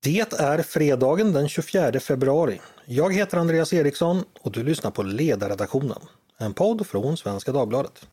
Det är fredagen den 24 februari. Jag heter Andreas Eriksson och du lyssnar på Ledarredaktionen, en podd från Svenska Dagbladet.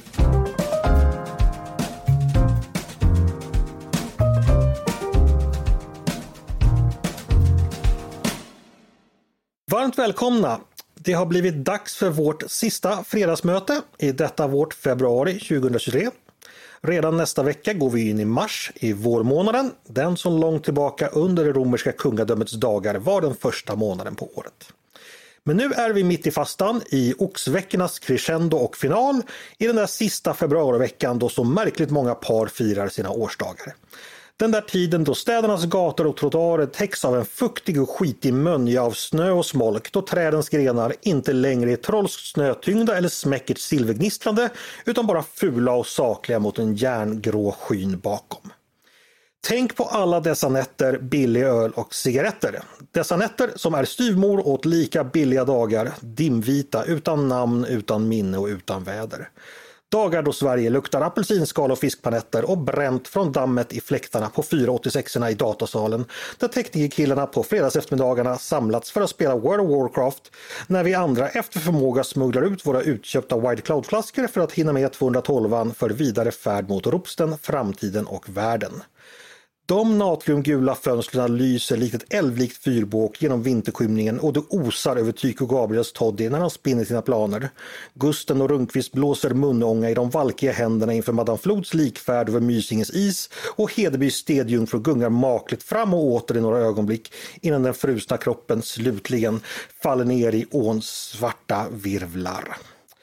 Varmt välkomna! Det har blivit dags för vårt sista fredagsmöte i detta vårt februari 2023. Redan nästa vecka går vi in i mars, i vårmånaden, den som långt tillbaka under det romerska kungadömets dagar var den första månaden på året. Men nu är vi mitt i fastan, i oxveckornas crescendo och final, i den där sista februariveckan då så märkligt många par firar sina årsdagar. Den där tiden då städernas gator och trottoarer täcks av en fuktig och skitig mönja av snö och smolk, då trädens grenar inte längre är trollskt snötyngda eller smäckert silvergnistrande utan bara fula och sakliga mot en järngrå skyn bakom. Tänk på alla dessa nätter, billig öl och cigaretter. Dessa nätter som är styvmor åt lika billiga dagar, dimvita, utan namn, utan minne och utan väder. Dagar då Sverige luktar apelsinskal och fiskpanetter och bränt från dammet i fläktarna på 486orna i datasalen, där teknikerkillarna på fredagseftermiddagarna samlats för att spela World of Warcraft, när vi andra efter förmåga smugglar ut våra utköpta White Cloud-flaskor för att hinna med 212an för vidare färd mot Ropsten, framtiden och världen. De natriumgula fönstren lyser likt ett älvlikt fyrbåk genom vinterskymningen och det osar över Tycho Gabriels toddy när han spinner sina planer. Gusten och Rundqvist blåser munånga i de valkiga händerna inför Madame Flods likfärd över Mysingens is och Hedebys stedjungfru gungar makligt fram och åter i några ögonblick innan den frusna kroppen slutligen faller ner i åns svarta virvlar.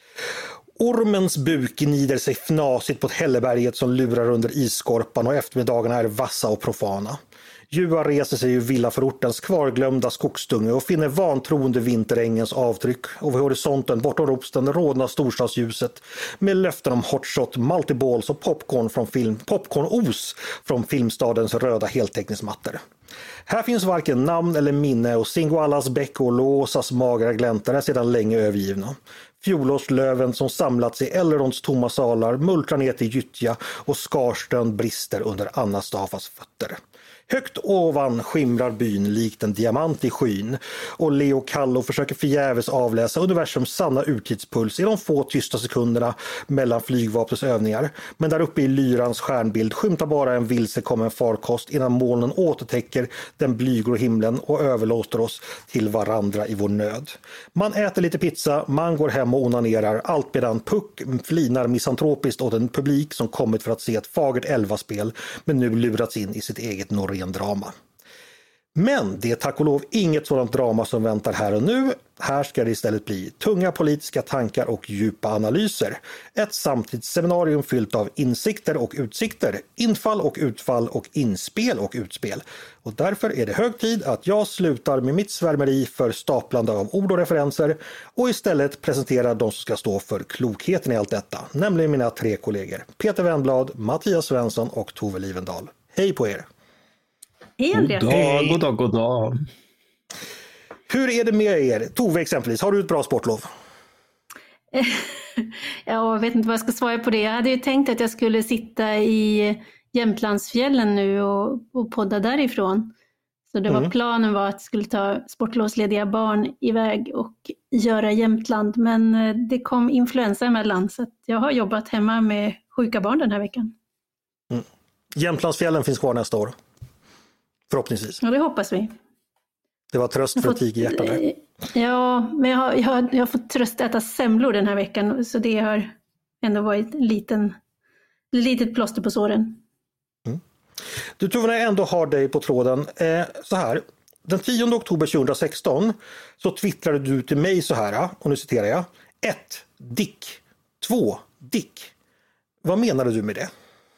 Ormens buk gnider sig fnasigt på ett hälleberget som lurar under isskorpan och eftermiddagarna är vassa och profana. Jua reser sig ur villaförortens kvarglömda skogsdunge och finner vantroende vinterängens avtryck och vid horisonten bortom Ropsten rådnar storstadsljuset med löften om hotshot, multiballs och popcornos från filmstadens röda heltäckningsmattor. Här finns varken namn eller minne och Singoallas bäck och Låsas magra gläntar är sedan länge övergivna. Fjolårslöven som samlats i Elrons tomma salar multrar ner till gyttja och Skarstön brister under Anna Stafas fötter. Högt ovan skimrar byn likt en diamant i skyn och Leo Kallo försöker förgäves avläsa universums sanna urtidspuls i de få tysta sekunderna mellan flygvapnets övningar. Men där uppe i lyrans stjärnbild skymtar bara en vilsekommen farkost innan molnen återtäcker den blyggrå himlen och överlåter oss till varandra i vår nöd. Man äter lite pizza, man går hem och onanerar, allt medan Puck flinar misantropiskt åt en publik som kommit för att se ett fagert elvaspel men nu lurats in i sitt eget drama. Men det är tack och lov inget sådant drama som väntar här och nu. Här ska det istället bli tunga politiska tankar och djupa analyser. Ett samtidsseminarium fyllt av insikter och utsikter, infall och utfall och inspel och utspel. Och därför är det hög tid att jag slutar med mitt svärmeri för staplande av ord och referenser och istället presenterar de som ska stå för klokheten i allt detta, nämligen mina tre kollegor Peter Wennblad, Mattias Svensson och Tove Livendal. Hej på er! God dag. Hur är det med er? Tove exempelvis, har du ett bra sportlov? Jag vet inte vad jag ska svara på det. Jag hade ju tänkt att jag skulle sitta i Jämtlandsfjällen nu och podda därifrån. Så det var planen var att jag skulle ta sportlovslediga barn iväg och göra Jämtland. Men det kom influensa emellan så att jag har jobbat hemma med sjuka barn den här veckan. Jämtlandsfjällen finns kvar nästa år. Förhoppningsvis. Ja, det hoppas vi. Det var tröst för tigerhjärta där. Ja, men jag har fått tröst att äta semlor den här veckan. Så det har ändå varit litet plåster på såren. Du tror när jag ändå har dig på tråden. Så här, den 10 oktober 2016 så twittrade du till mig så här, och nu citerar jag. 1. Dick. 2. Dick. Vad menade du med det?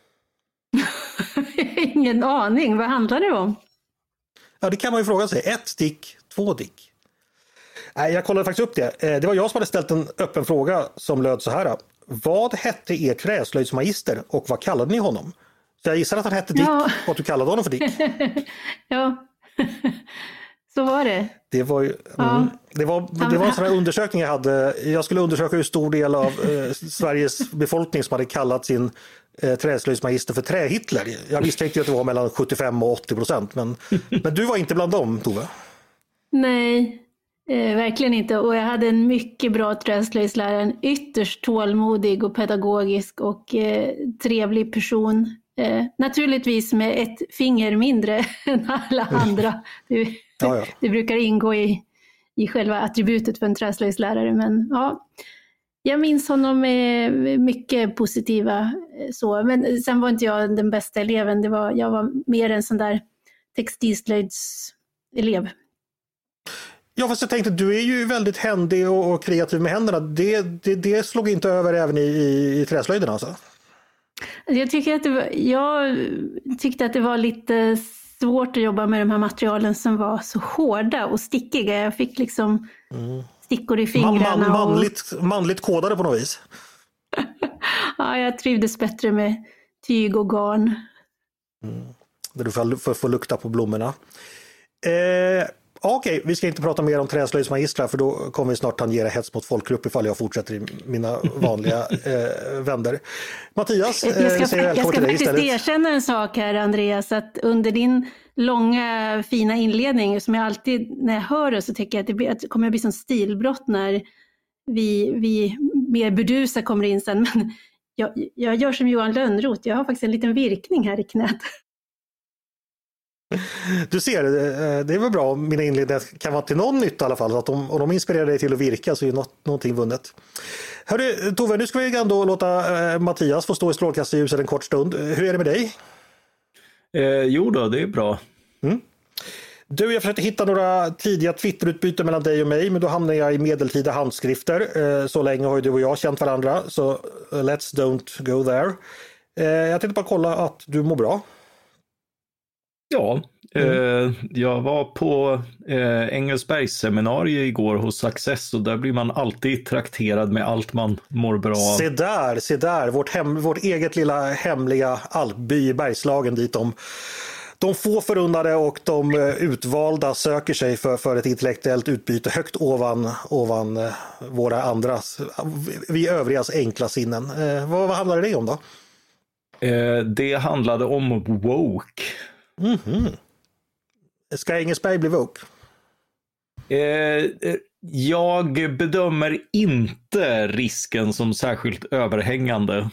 Ingen aning, vad handlar det om? Ja, det kan man ju fråga sig. 1 dick, 2 dick. Nej, jag kollade faktiskt upp det. Det var jag som hade ställt en öppen fråga som löd så här. Vad hette er träslöjdsmagister och vad kallade ni honom? Så jag gissar att han hette Dick och att du kallade honom för Dick. Ja, Så var det. Det var ju, det var en sån här undersökning jag hade. Jag skulle undersöka hur stor del av Sveriges befolkning som hade kallat sin träslöjdsmagister för Trähitler. Jag misstänkte ju att det var mellan 75 och 80%. Men du var inte bland dem, Tove? Nej, verkligen inte. Och jag hade en mycket bra träslöjdslärare, en ytterst tålmodig och pedagogisk och trevlig person. Naturligtvis med ett finger mindre än alla andra. Det brukar ingå i själva attributet för en träslöjdslärare. Men ja, jag minns honom med mycket positiva så. Men sen var inte jag den bästa eleven. Jag var mer en sån där textilslöjdselev. Ja, fast jag tänkte, du är ju väldigt händig och kreativ med händerna. Det slog inte över även i träslöjden alltså? Jag tyckte att det var lite svårt att jobba med de här materialen som var så hårda och stickiga. Jag fick liksom stickor i fingrarna. Manligt kodade på något vis? Ja, jag trivdes bättre med tyg och garn. Där du får lukta på blommorna. Okej, vi ska inte prata mer om träslöjdsmagistrar för då kommer vi snart tangera hets mot folkgrupp ifall jag fortsätter i mina vanliga vänder. Mattias, jag ska faktiskt erkänna en sak här, Andreas, att under din långa fina inledning som jag alltid när jag hör det så tycker jag att det kommer att bli som stilbrott när vi mer burdusa kommer in sen. Men jag gör som Johan Lönnroth, jag har faktiskt en liten virkning här i knät. Du ser, det är väl bra om mina inledningar kan vara till någon nytta i alla fall. Så att om de inspirerar dig till att virka så är någonting vunnet. Hörru, Tove, nu ska vi ändå låta Mattias få stå i strålkastarljuset en kort stund. Hur är det med dig? Jo då, det är bra. Du, jag försökte hitta några tidiga Twitterutbyten mellan dig och mig, men då hamnade jag i medeltida handskrifter. Så länge har ju du och jag känt varandra, så let's don't go there. Jag tänkte bara kolla att du mår bra. Ja, jag var på Engelsbergsseminarium igår hos Success och där blir man alltid trakterad med allt man mår bra av. Se där, vårt eget lilla hemliga alpby i Bergslagen dit de få förunnade och de utvalda söker sig för ett intellektuellt utbyte högt ovan våra andras, vi övrigas enkla sinnen. Vad handlade det om då? Det handlade om woke. Ska Engelsberg bli woke? Jag bedömer inte risken som särskilt överhängande.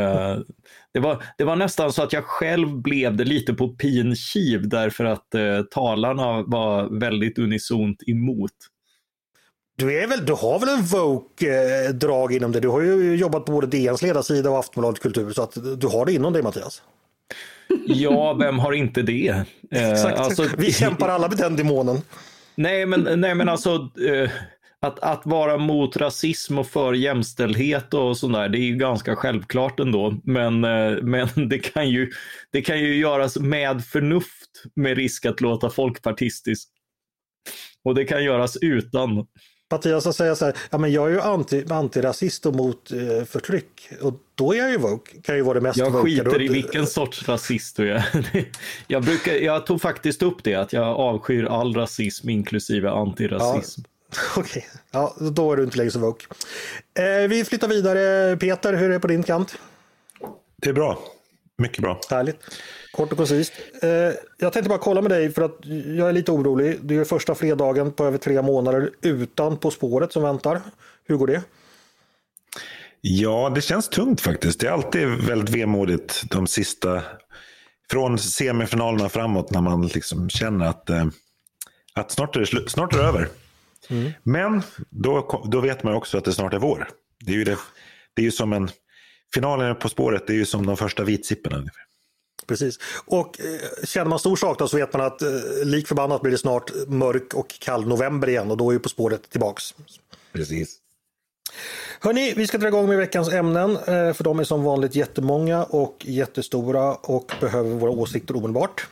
Det var nästan så att jag själv blev det lite på pin kiv därför att talarna var väldigt unisont emot. Du har väl en woke-drag inom det? Du har ju jobbat på både DNs ledarsida och Aftonbladet Kultur, så att du har det inom dig, Mattias. Ja, vem har inte det? Exakt. Alltså, vi kämpar alla med den demonen. Nej, men alltså att vara mot rasism och för jämställdhet och sådär, det är ju ganska självklart ändå. Men det kan ju göras med förnuft med risk att låta folkpartistisk. Och det kan göras utan. Mattias säger så här, ja men jag är ju antirasist och mot förtryck och då är jag ju woke, kan ju vara det mest jag woke. Skiter i vilken sorts rasist du är. Jag tog faktiskt upp det, att jag avskyr all rasism inklusive antirasism. Ja, okej. Ja, då är du inte längre så woke. Vi flyttar vidare. Peter, hur är det på din kant? Det är bra. Mycket bra. Härligt. Kort och koncist. Jag tänkte bara kolla med dig för att jag är lite orolig. Det är första fredagen på över 3 månader utan På spåret som väntar. Hur går det? Ja, det känns tungt faktiskt. Det är alltid väldigt vemodigt de sista, från semifinalerna framåt, när man liksom känner att snart är det över. Men då vet man också att det snart är vår. Det är ju som finalen På spåret, det är ju som de första vitsipporna. Precis. Och känner man stor sak då, så vet man att lik förbannat blir det snart mörk och kall november igen och då är ju På spåret tillbaks. Precis. Hörrni, vi ska dra igång med veckans ämnen, för de är som vanligt jättemånga och jättestora och behöver våra åsikter omedelbart.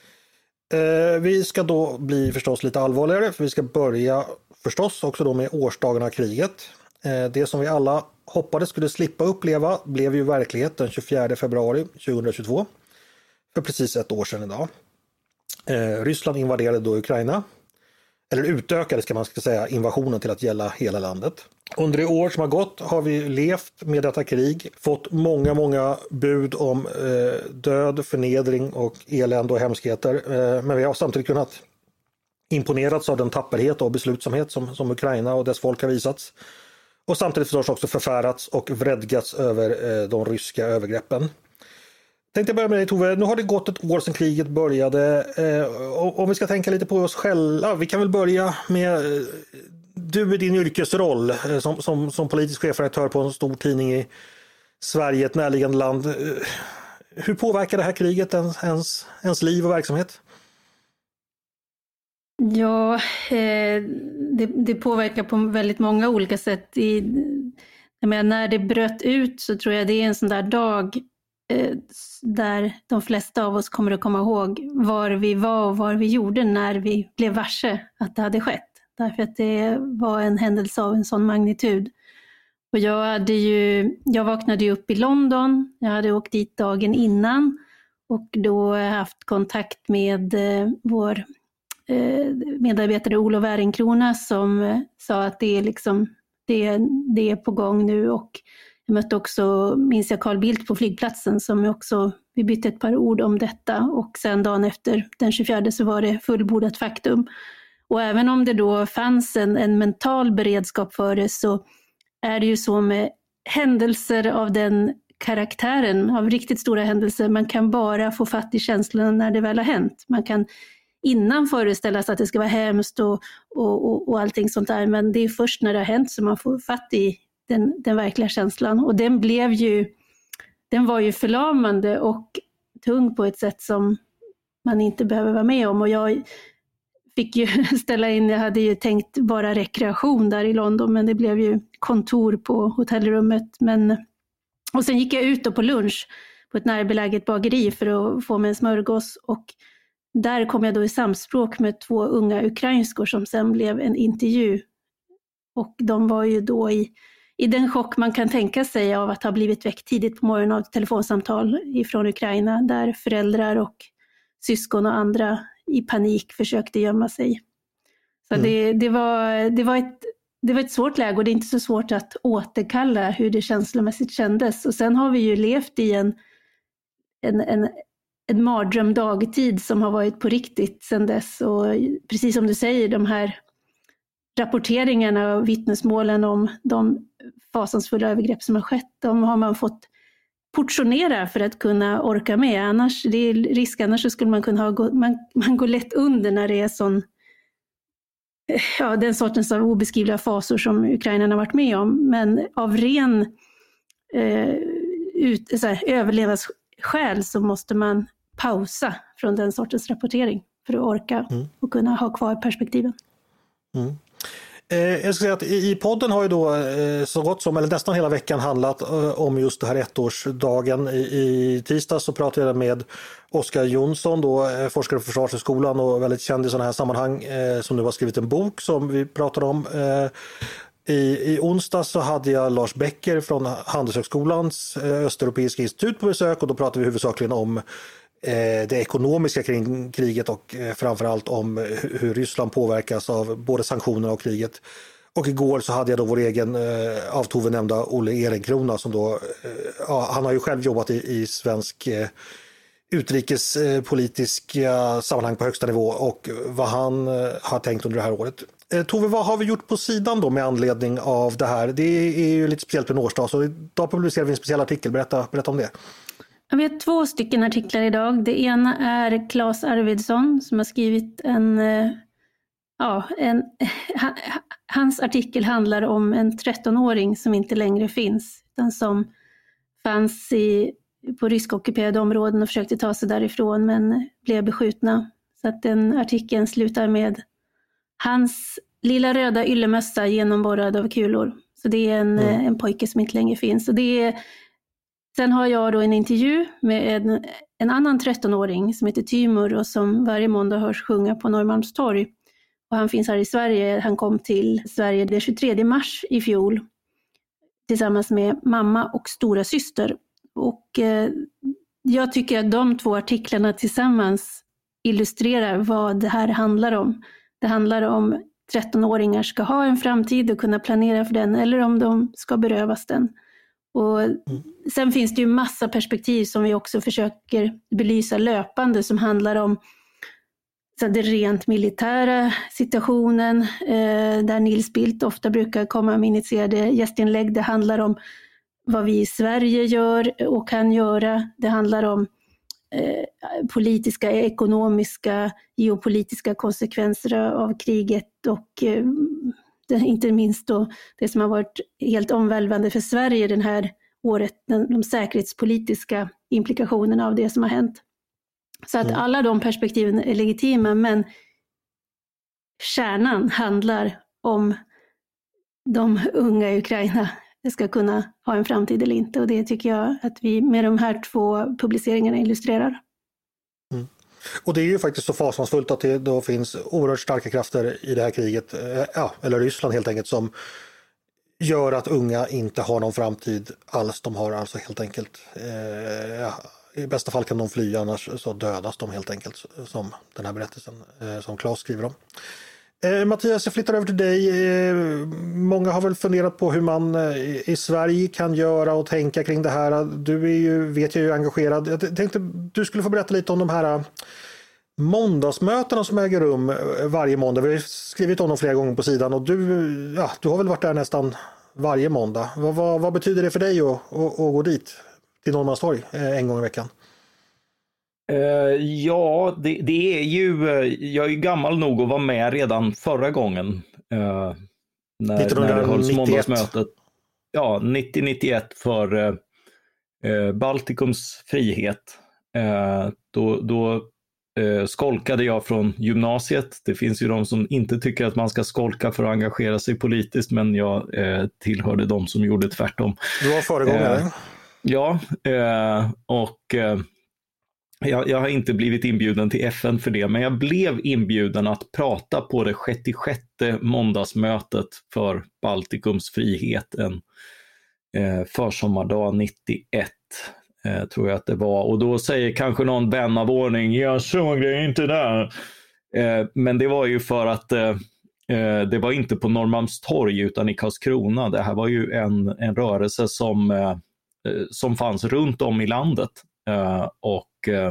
Vi ska då bli förstås lite allvarligare, för vi ska börja förstås också då med årsdagen av kriget. Det som vi alla hoppades skulle slippa uppleva blev ju verklighet den 24 februari 2022. För precis ett år sedan idag. Ryssland invaderade då Ukraina. eller utökade ska man ska säga, invasionen till att gälla hela landet. Under det år som har gått har vi levt med detta krig, fått många bud om död, förnedring och elände och hemskheter. Men vi har samtidigt kunnat imponerats av den tapperhet och beslutsamhet som Ukraina och dess folk har visats. Och samtidigt förstås också förfärats och vredgats över de ryska övergreppen. Tänkte börja med dig Tove, nu har det gått ett år sedan kriget började. Om vi ska tänka lite på oss själva, vi kan väl börja med du i din yrkesroll som politisk chefredaktör på en stor tidning i Sverige, ett närliggande land. Hur påverkar det här kriget ens liv och verksamhet? Ja, det påverkar på väldigt många olika sätt. När det bröt ut så tror jag det är en sån där dag där de flesta av oss kommer att komma ihåg var vi var och vad vi gjorde när vi blev varse att det hade skett. Därför att det var en händelse av en sån magnitud. Och jag vaknade ju upp i London, jag hade åkt dit dagen innan och då haft kontakt med vår medarbetare Olof Ehrenkrona som sa att det är på gång nu, och jag mötte också, minns jag, Carl Bildt på flygplatsen som också, vi bytte ett par ord om detta, och sen dagen efter den 24 så var det fullbordat faktum. Och även om det då fanns en mental beredskap för det, så är det ju så med händelser av den karaktären, av riktigt stora händelser, man kan bara få fatt i känslorna när det väl har hänt. Man kan innan föreställa sig att det ska vara hemskt och allting sånt där, men det är först när det har hänt som man får fatt i den verkliga känslan. Och den var ju förlamande och tung på ett sätt som man inte behöver vara med om. Och jag fick ju ställa in, jag hade ju tänkt bara rekreation där i London, men det blev ju kontor på hotellrummet. Och sen gick jag ut på lunch på ett närbeläget bageri för att få mig en smörgås, och där kom jag då i samspråk med 2 unga ukrainskor som sen blev en intervju. Och de var ju då i den chock man kan tänka sig av att ha blivit väckt tidigt på morgonen av telefonsamtal ifrån Ukraina, där föräldrar och syskon och andra i panik försökte gömma sig. Så det var ett svårt läge, och det är inte så svårt att återkalla hur det känslomässigt kändes. Och sen har vi ju levt i en mardröm dagtid som har varit på riktigt sedan dess. Och precis som du säger, de här rapporteringarna och vittnesmålen om de fasansfulla övergrepp som har skett, de har man fått portionera för att kunna orka med. Annars, det är risk, annars så skulle man kunna man går lätt under när det är sån, den sortens av obeskrivliga fasor som Ukraina har varit med om. Men av ren överlevnadsskäl så måste man pausa från den sortens rapportering för att orka och kunna ha kvar perspektiven. Jag ska säga att i podden har ju då så gott som, eller nästan hela veckan handlat om just det här ettårsdagen. I tisdag så pratade jag med Oskar Jonsson, då, forskare på Försvarshögskolan och väldigt känd i sådana här sammanhang, som nu har skrivit en bok som vi pratar om. I onsdag så hade jag Lars Becker från Handelshögskolans Östeuropeiska institut på besök, och då pratade vi huvudsakligen om det ekonomiska kring kriget och framförallt om hur Ryssland påverkas av både sanktionerna och kriget. Och igår så hade jag då vår egen av Tove nämnda Olle Ehrenkrona som då, han har ju själv jobbat i svensk utrikespolitiska sammanhang på högsta nivå, och vad han har tänkt under det här året. Tove, vad har vi gjort på sidan då med anledning av det här? Det är ju lite speciellt på en årsdag, så idag publicerar vi en speciell artikel. Berätta om det. Vi har 2 stycken artiklar idag. Det ena är Claes Arvidsson som har skrivit hans artikel handlar om en 13-åring som inte längre finns, utan som fanns på ryskockuperade områden och försökte ta sig därifrån men blev beskjutna. Så att den artikeln slutar med hans lilla röda yllemössa genomborrad av kulor. Så det är en pojke som inte längre finns. Och sen har jag då en intervju med en annan 13-åring som heter Timur och som varje måndag hörs sjunga på Norrmalmstorg. Och han finns här i Sverige. Han kom till Sverige den 23 mars i fjol tillsammans med mamma och stora syster. Och jag tycker att de 2 artiklarna tillsammans illustrerar vad det här handlar om. Det handlar om 13-åringar ska ha en framtid och kunna planera för den, eller om de ska berövas den. Och sen finns det ju massa perspektiv som vi också försöker belysa löpande, som handlar om så den rent militära situationen, där Nils Bildt ofta brukar komma med initierade gästinlägg. Det handlar om vad vi i Sverige gör och kan göra. Det handlar om politiska, ekonomiska, geopolitiska konsekvenser av kriget och inte minst då det som har varit helt omvälvande för Sverige den här året, de säkerhetspolitiska implikationerna av det som har hänt. Så att alla de perspektiven är legitima, men kärnan handlar om de unga i Ukraina ska kunna ha en framtid eller inte. Och det tycker jag att vi med de här 2 publiceringarna illustrerar. Och det är ju faktiskt så fasansfullt att det då finns oerhört starka krafter i det här kriget, eller Ryssland helt enkelt, som gör att unga inte har någon framtid alls. De har alltså helt enkelt, i bästa fall kan de fly, annars så dödas de helt enkelt, som den här berättelsen som Claes skriver om. Mattias, jag flyttar över till dig. Många har väl funderat på hur man i Sverige kan göra och tänka kring det här. Du är ju, vet jag, engagerad. Jag tänkte du skulle få berätta lite om de här måndagsmötena som äger rum varje måndag. Vi har skrivit om dem flera gånger på sidan och du har väl varit där nästan varje måndag. Vad betyder det för dig att gå dit till Norrmalmstorg en gång i veckan? Ja, det är ju, jag är ju gammal nog att vara med redan förra gången när det hölls måndagsmötet. Ja, 90-91 för Baltikums frihet. Då skolkade jag från gymnasiet. Det finns ju de som inte tycker att man ska skolka för att engagera sig politiskt, men jag tillhörde de som gjorde tvärtom. Du var föregångare. Ja, och jag har inte blivit inbjuden till FN för det, men jag blev inbjuden att prata på det 66:e måndagsmötet för Baltikums frihet en försommardag 91, tror jag att det var. Och då säger kanske någon vän av ordning, jag såg det inte där. Men det var ju för att det var inte på Norrmalmstorg utan i Karlskrona. Det här var ju en rörelse som fanns runt om i landet. Och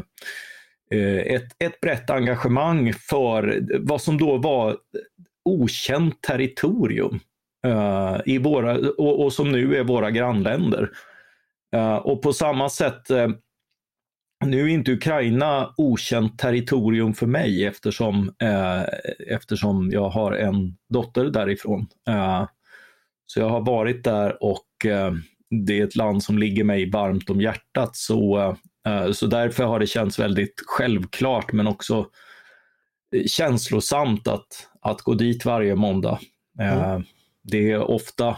ett brett engagemang för vad som då var okänt territorium i våra, och som nu är våra grannländer. Och på samma sätt, nu är inte Ukraina okänt territorium för mig eftersom jag har en dotter därifrån. Så jag har varit där och det är ett land som ligger mig varmt om hjärtat, så därför har det känts väldigt självklart men också känslosamt att gå dit varje måndag. Det är ofta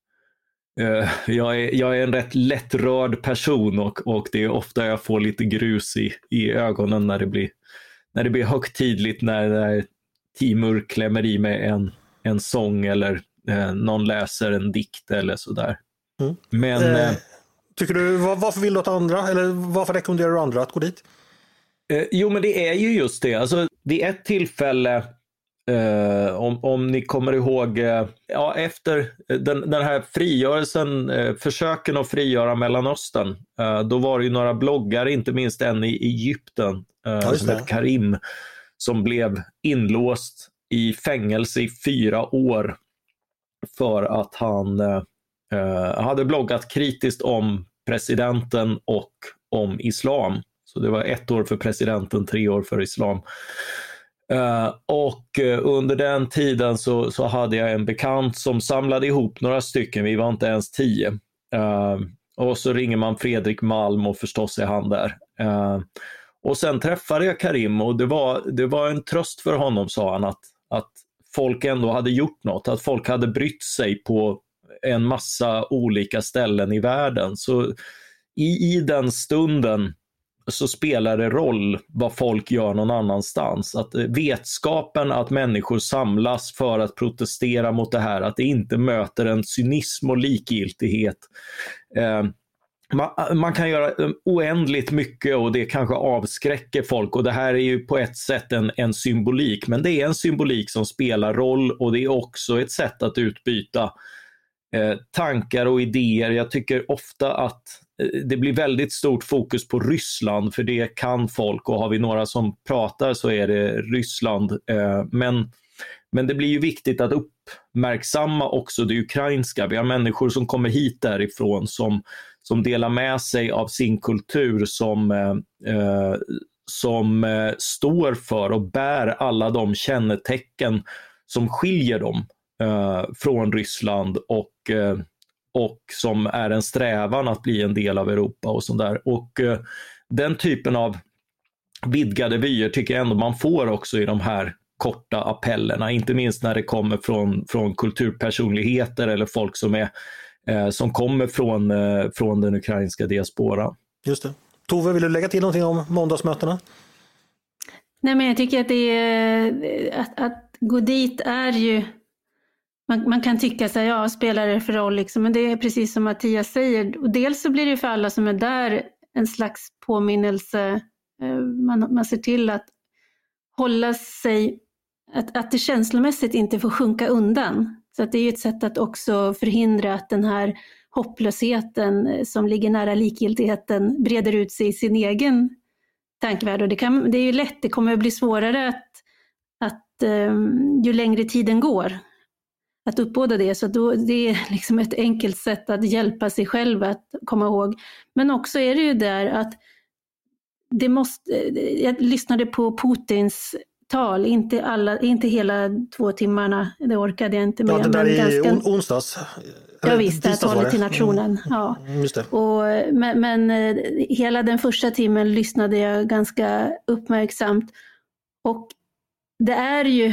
jag är en rätt lättrörd person och det är ofta jag får lite grus i ögonen när det blir högtidligt, när Timur klämmer i mig en sång eller någon läser en dikt eller sådär. Men tycker du, varför vill du att andra, eller varför rekommenderar du andra att gå dit? Jo, men det är ju just det. Alltså, det är ett tillfälle, om ni kommer ihåg, efter den här frigörelsen, försöken att frigöra Mellanöstern, då var det ju några bloggare, inte minst en i Egypten, som heter Karim, som blev inlåst i fängelse i 4 år för att han hade bloggat kritiskt om presidenten och om islam. Så det var 1 år för presidenten, 3 år för islam. Och under den tiden så hade jag en bekant som samlade ihop några stycken, vi var inte ens 10. Och så ringer man Fredrik Malm och förstås är han där. Och sen träffade jag Karim och det var en tröst för honom, sa han, att folk ändå hade gjort något, att folk hade brytt sig på en massa olika ställen i världen. Så i den stunden så spelar det roll vad folk gör någon annanstans. Att vetskapen att människor samlas för att protestera mot det här, att det inte möter en cynism och likgiltighet, man kan göra oändligt mycket och det kanske avskräcker folk, och det här är ju på ett sätt en symbolik, men det är en symbolik som spelar roll, och det är också ett sätt att utbyta tankar och idéer. Jag tycker ofta att det blir väldigt stort fokus på Ryssland, för det kan folk, och har vi några som pratar så är det Ryssland, men det blir ju viktigt att uppmärksamma också det ukrainska. Vi har människor som kommer hit därifrån som delar med sig av sin kultur, som står för och bär alla de kännetecken som skiljer dem från Ryssland, och som är en strävan att bli en del av Europa och sånt där. Och den typen av vidgade vyer tycker jag ändå man får också i de här korta appellerna, inte minst när det kommer från kulturpersonligheter eller folk som kommer från den ukrainska diasporan. Just det. Tove, vill du lägga till någonting om måndagsmötena? Nej, men jag tycker att det är att gå dit är ju, man kan tycka så här, ja, spelar det för roll liksom, men det är precis som Mattias säger, och dels så blir det för alla som är där en slags påminnelse, man ser till att hålla sig, att det känslomässigt inte får sjunka undan. Så att det är ju ett sätt att också förhindra att den här hopplösheten som ligger nära likgiltigheten breder ut sig i sin egen tankevärld. Och det är ju lätt, det kommer att bli svårare att ju längre tiden går att uppbåda det. Så då, det är liksom ett enkelt sätt att hjälpa sig själv att komma ihåg. Men också är det ju där att jag lyssnade på Putins tal, inte hela 2 timmarna, det orkade jag inte med. Ja, det där är onsdags. Ja visst, det här talet till nationen. Ja. Just det. Men hela den första timmen lyssnade jag ganska uppmärksamt. Och det är ju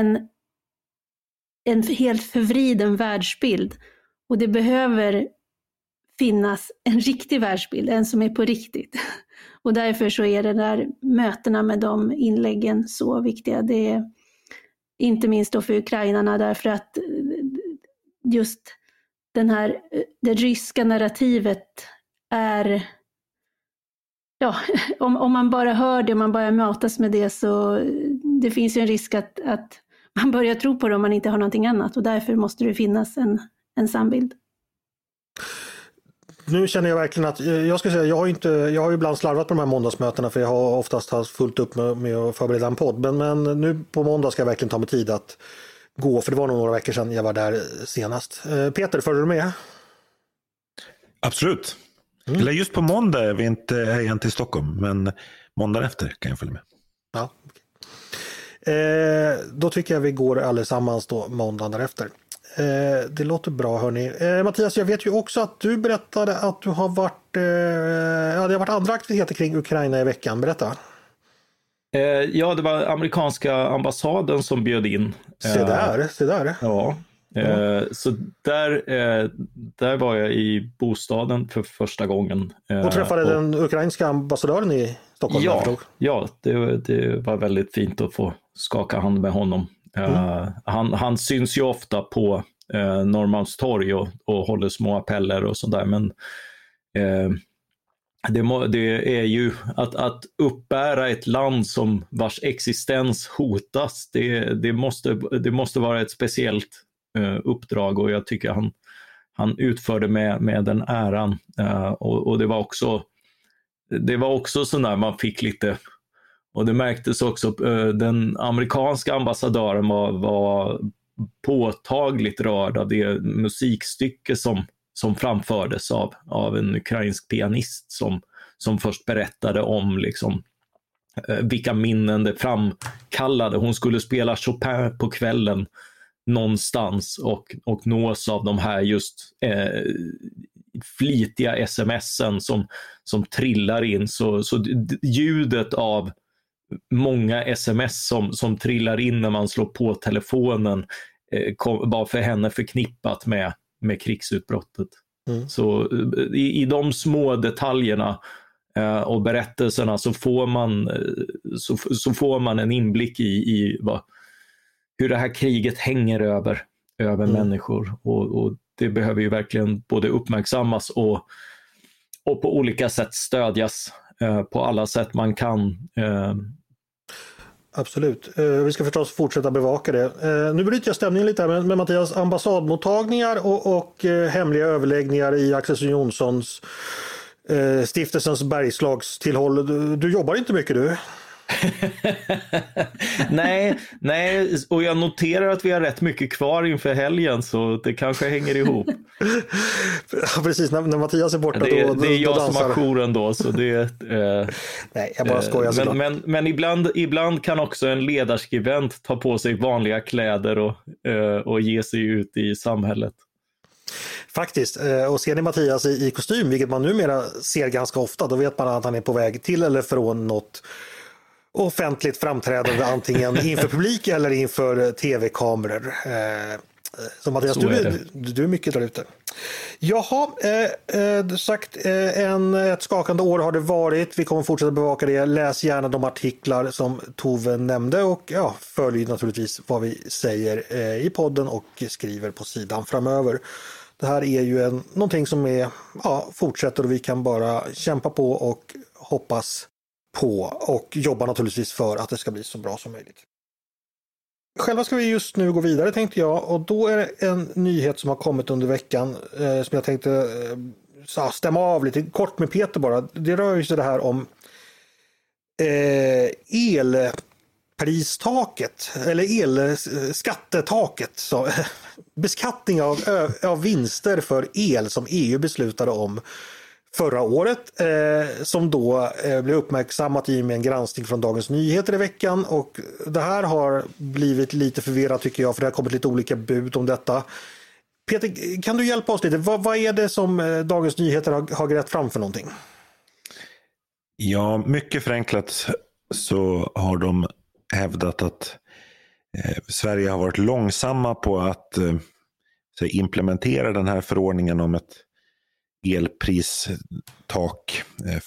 en helt förvriden världsbild. Och det behöver finnas en riktig världsbild, en som är på riktigt. Och därför så är det där mötena med de inläggen så viktiga. Det är inte minst då för ukrainarna, därför att just det ryska narrativet är, ja, om man bara hör det, man bara matas med det, så det finns ju en risk att man börjar tro på det om man inte har någonting annat, och därför måste det finnas en sambild. Nu känner jag verkligen att, jag ska säga, jag har ju ibland slarvat på de här måndagsmötena, för jag har oftast haft fullt upp med att förbereda en podd, men nu på måndag ska jag verkligen ta mig tid att gå, för det var nog några veckor sedan jag var där senast. Peter, följer du med? Absolut. Eller just på måndag är jag inte i Stockholm, men måndagen efter kan jag följa med. Ja, okay. Då tycker jag vi går allesammans då måndagen därefter. Det låter bra, hörni. Mattias, jag vet ju också att du berättade att du har varit det har varit andra aktiviteter kring Ukraina i veckan. Berätta. Ja, det var amerikanska ambassaden som bjöd in. Se där. Ja. Så där var jag i bostaden för första gången. Och träffade den ukrainska ambassadören i Stockholm? Ja, det var väldigt fint att få skaka hand med honom. Han syns ju ofta på Norrmalmstorg och håller små appeller och sådär, men det är ju att uppbära ett land som vars existens hotas, det måste vara ett speciellt uppdrag, och jag tycker han utförde med den äran, och det var också så när man fick lite. Och det märktes också, den amerikanska ambassadören var påtagligt rörd av det musikstycke som framfördes av en ukrainsk pianist som först berättade om liksom, vilka minnen det framkallade. Hon skulle spela Chopin på kvällen någonstans och nås av de här just flitiga sms'en som trillar in. Så ljudet av många sms som trillar in när man slår på telefonen var för henne förknippat med krigsutbrottet. Så i de små detaljerna och berättelserna så får man en inblick i hur det här kriget hänger över människor, och det behöver ju verkligen både uppmärksammas och på olika sätt stödjas på alla sätt man kan. Absolut. Vi ska förstås fortsätta bevaka det. Nu bryter jag stämningen lite här med Mattias, ambassadmottagningar och hemliga överläggningar i Axel Jonssons stiftelsens Bergslagstillhåll. Du jobbar inte mycket du? nej, och jag noterar att vi har rätt mycket kvar inför helgen, så det kanske hänger ihop. Ja, precis, när Mattias är borta det är jag dansar. Som har jouren då, så det nej, jag bara skojar. Men ibland kan också en ledarskribent ta på sig vanliga kläder och ge sig ut i samhället. Faktiskt, och ser ni Mattias i kostym, vilket man numera ser ganska ofta, då vet man att han är på väg till eller från något offentligt framträdande, antingen inför publik eller inför tv-kameror. Så Mattias, du är mycket där ute. Jaha, sagt, ett skakande år har det varit. Vi kommer fortsätta bevaka det. Läs gärna de artiklar som Tove nämnde och följ naturligtvis vad vi säger i podden och skriver på sidan framöver. Det här är ju någonting som fortsätter och vi kan bara kämpa på och hoppas på och jobba naturligtvis för att det ska bli så bra som möjligt. Själva ska vi just nu gå vidare, tänkte jag, och då är det en nyhet som har kommit under veckan som jag tänkte stämma av lite kort med Peter bara. Det rör ju sig det här om elpristaket eller elskattetaket, så beskattning av vinster för el som EU beslutade om förra året, som då blev uppmärksammat i med en granskning från Dagens Nyheter i veckan, och det här har blivit lite förvirrat tycker jag, för det har kommit lite olika bud om detta. Peter, kan du hjälpa oss lite? Vad är det som Dagens Nyheter har grävt fram för någonting? Ja, mycket förenklat så har de hävdat att Sverige har varit långsamma på att implementera den här förordningen om ett elpristak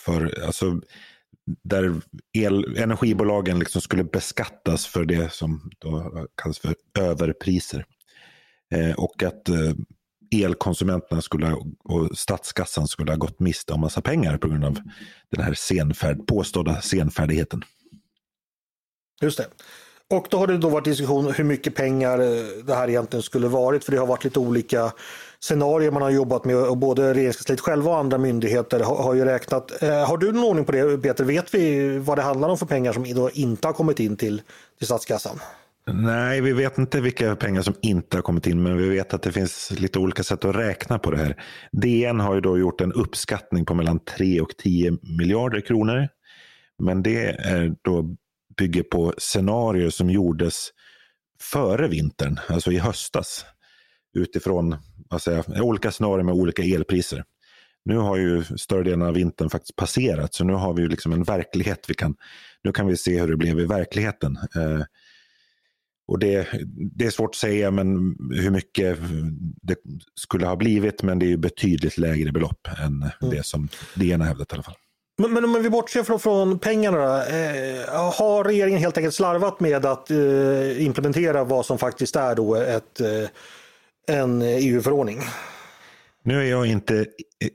där energibolagen liksom skulle beskattas för det som då kallas för överpriser, och att elkonsumenterna och statskassan skulle ha gått miste om massa pengar på grund av den här påstådda senfärdigheten. Just det. Och då har det varit diskussion hur mycket pengar det här egentligen skulle varit, för det har varit lite olika scenarier man har jobbat med, och både Regeringskansliet själva och andra myndigheter har ju räknat. Har du någon ordning på det, Peter? Vet vi vad det handlar om för pengar som då inte har kommit in till statskassan? Nej, vi vet inte vilka pengar som inte har kommit in, men vi vet att det finns lite olika sätt att räkna på det här. DN har ju då gjort en uppskattning på mellan 3 och 10 miljarder kronor, men det är då bygger på scenarier som gjordes före vintern, alltså i höstas, utifrån olika scenarier med olika elpriser. Nu har ju större delen av vintern faktiskt passerat, så nu har vi ju liksom en verklighet nu kan vi se hur det blev i verkligheten. Och det är svårt att säga men hur mycket det skulle ha blivit, men det är ju betydligt lägre belopp än det som DN har hävdat i alla fall. Men om vi bortser från pengarna, har regeringen helt enkelt slarvat med att implementera vad som faktiskt är då en EU-förordning? Nu är jag inte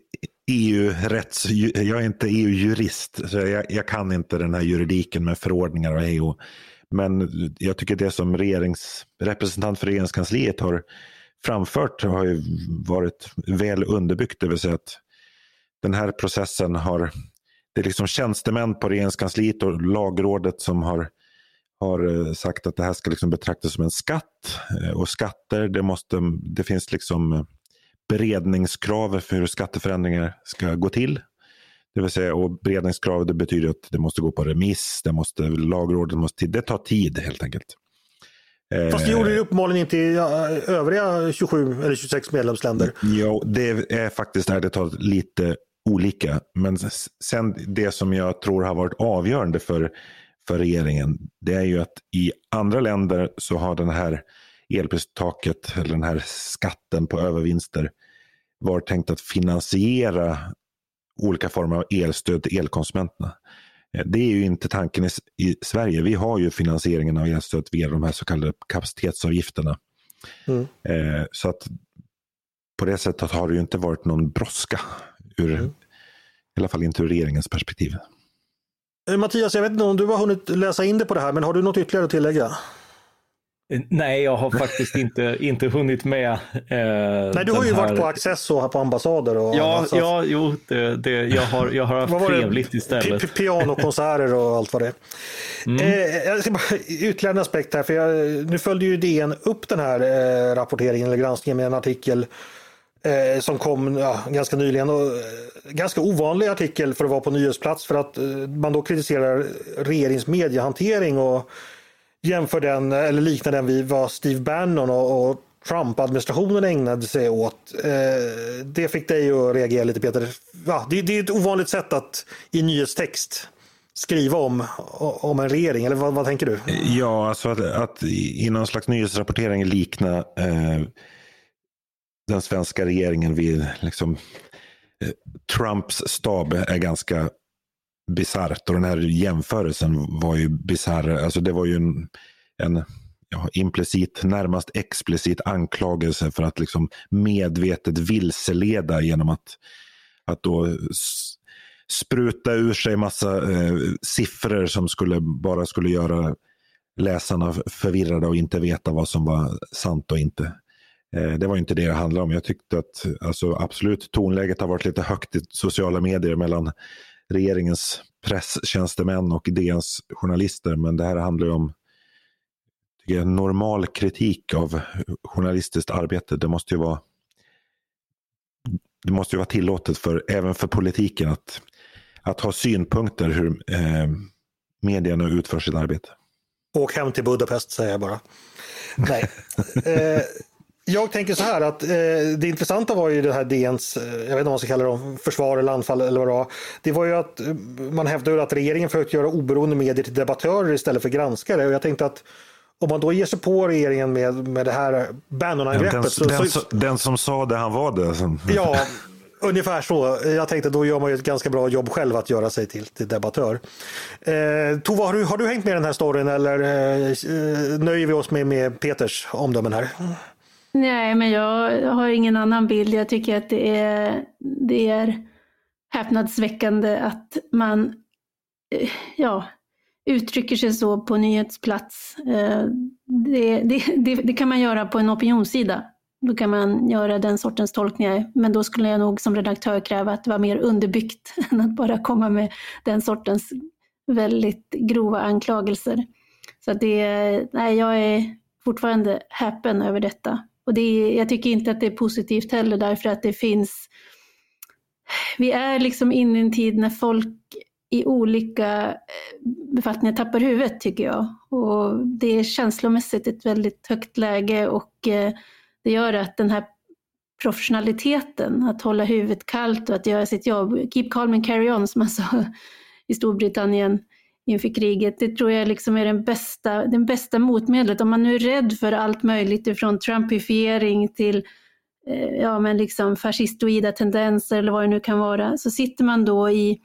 jag är inte EU-jurist, så jag kan inte den här juridiken med förordningar och EU. Men jag tycker det som representant för Regeringskansliet har framfört har ju varit väl underbyggt, det vill säga att den här processen det är liksom tjänstemän på Regeringskansliet och lagrådet som har sagt att det här ska liksom betraktas som en skatt, och skatter, det finns liksom beredningskrav för hur skatteförändringar ska gå till. Det vill säga, och beredningskrav, det betyder att det måste gå på remiss, det tar tid helt enkelt. Fast det gjorde det uppenbarligen inte i övriga 27 eller 26 medlemsländer. Ja, det är faktiskt där det tar lite olika. Men sen det som jag tror har varit avgörande för regeringen, det är ju att i andra länder så har den här elpristaket eller den här skatten på övervinster varit tänkt att finansiera olika former av elstöd till elkonsumenterna. Det är ju inte tanken i Sverige. Vi har ju finansieringen av elstöd via de här så kallade kapacitetsavgifterna. Så att på det sättet har det ju inte varit någon brådska ur I alla fall inte ur regeringens perspektiv. Mattias, jag vet inte om du har hunnit läsa in det på det här, men har du något ytterligare att tillägga? Nej, jag har faktiskt inte hunnit med. Nej, du har ju varit på Access och på ambassader. Och jag har haft trevligt istället. Pianokonserter och allt vad det är. Jag ska bara ytterligare en aspekt här, för nu följde ju DN upp den här rapporteringen eller granskningen med en artikel som kom ganska nyligen. Och ganska ovanlig artikel för att vara på nyhetsplats, för att man då kritiserar regeringens mediehantering och jämför den eller liknar den vid vad Steve Bannon och Trump-administrationen ägnade sig åt. Det fick dig att reagera lite, Peter. Ja, det är ett ovanligt sätt att i nyhetstext skriva om en regering, eller vad tänker du? Ja, alltså att i någon slags nyhetsrapportering likna den svenska regeringen vid liksom, Trumps stab är ganska bisarrt, och den här jämförelsen var ju bisarr. Alltså det var ju en implicit, närmast explicit anklagelse för att liksom medvetet vilseleda genom att då spruta ur sig massa siffror som bara skulle göra läsarna förvirrade och inte veta vad som var sant och inte. Det var inte det handlade om. Jag tyckte att absolut tonläget har varit lite högt i sociala medier mellan regeringens presstjänstemän och DNs journalister, men det här handlar om normal kritik av journalistiskt arbete. Det måste ju vara tillåtet även för politiken att ha synpunkter hur medierna utför sitt arbete. Åk hem till Budapest, säger jag bara. Nej. Jag tänker så här att det intressanta var ju det här DNs, jag vet inte vad man ska kalla det, försvar eller anfall eller vad det var. Det var ju att man hävdade att regeringen försökte göra oberoende medier till debattörer istället för granskare. Och jag tänkte att om man då ger sig på regeringen med det här Bannon-angreppet... Den som sa det, han var det. Ja, ungefär så. Jag tänkte då gör man ju ett ganska bra jobb själv att göra sig till debattör. Tova, har du hängt med den här storyn, eller nöjer vi oss med Peters omdömen här? Nej, men jag har ingen annan bild. Jag tycker att det är häpnadsväckande att man uttrycker sig så på nyhetsplats. Det kan man göra på en opinionssida. Då kan man göra den sortens tolkningar. Men då skulle jag nog som redaktör kräva att det var mer underbyggt än att bara komma med den sortens väldigt grova anklagelser. Så att jag är fortfarande häpen över detta. Och jag tycker inte att det är positivt heller, därför att vi är liksom inne i en tid när folk i olika befattningar tappar huvudet, tycker jag. Och det är känslomässigt ett väldigt högt läge, och det gör att den här professionaliteten, att hålla huvudet kallt och att göra sitt jobb, keep calm and carry on, som man sa i Storbritannien inför kriget, det tror jag liksom är den bästa motmedlet. Om man nu är rädd för allt möjligt, ifrån trumpifiering till liksom fascistoida tendenser eller vad det nu kan vara, så sitter man då i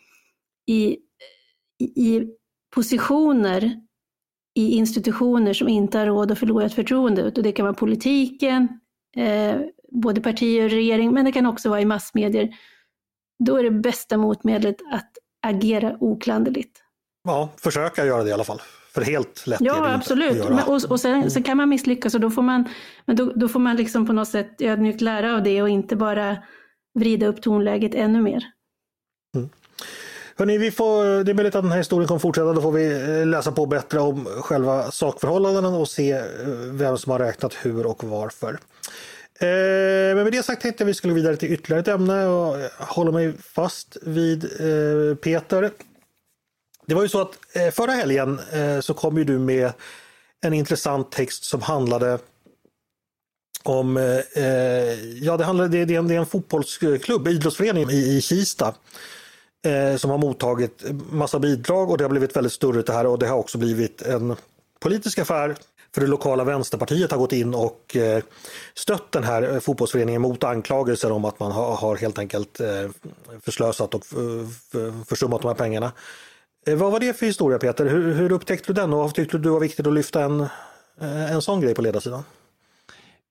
positioner i institutioner som inte har råd att förlora ett förtroende. Och det kan vara politiken, både partier och regering, men det kan också vara i massmedier. Då är det bästa motmedlet att agera oklanderligt. Ja, försöka göra det i alla fall. För helt lätt. Ja, absolut. Och sen kan man misslyckas, och då får man liksom på något sätt ödmjukt lära av det och inte bara vrida upp tonläget ännu mer. Mm. Hörrni, det är möjligt att den här historien kommer fortsätta. Då får vi läsa på bättre om själva sakförhållandena och se vem som har räknat hur och varför. Men med det sagt tänkte jag vi skulle vidare till ytterligare ett ämne och hålla mig fast vid Peter. Det var ju så att förra helgen så kom ju du med en intressant text som handlade om, det är en fotbollsklubb, idrottsförening i Kista, som har mottagit massa bidrag, och det har blivit väldigt större det här, och det har också blivit en politisk affär, för det lokala vänsterpartiet har gått in och stött den här fotbollsföreningen mot anklagelser om att man har helt enkelt förslösat och försummat de här pengarna. Vad var det för historia, Peter? Hur upptäckte du den, och tyckte du var viktigt att lyfta en sån grej på ledarsidan?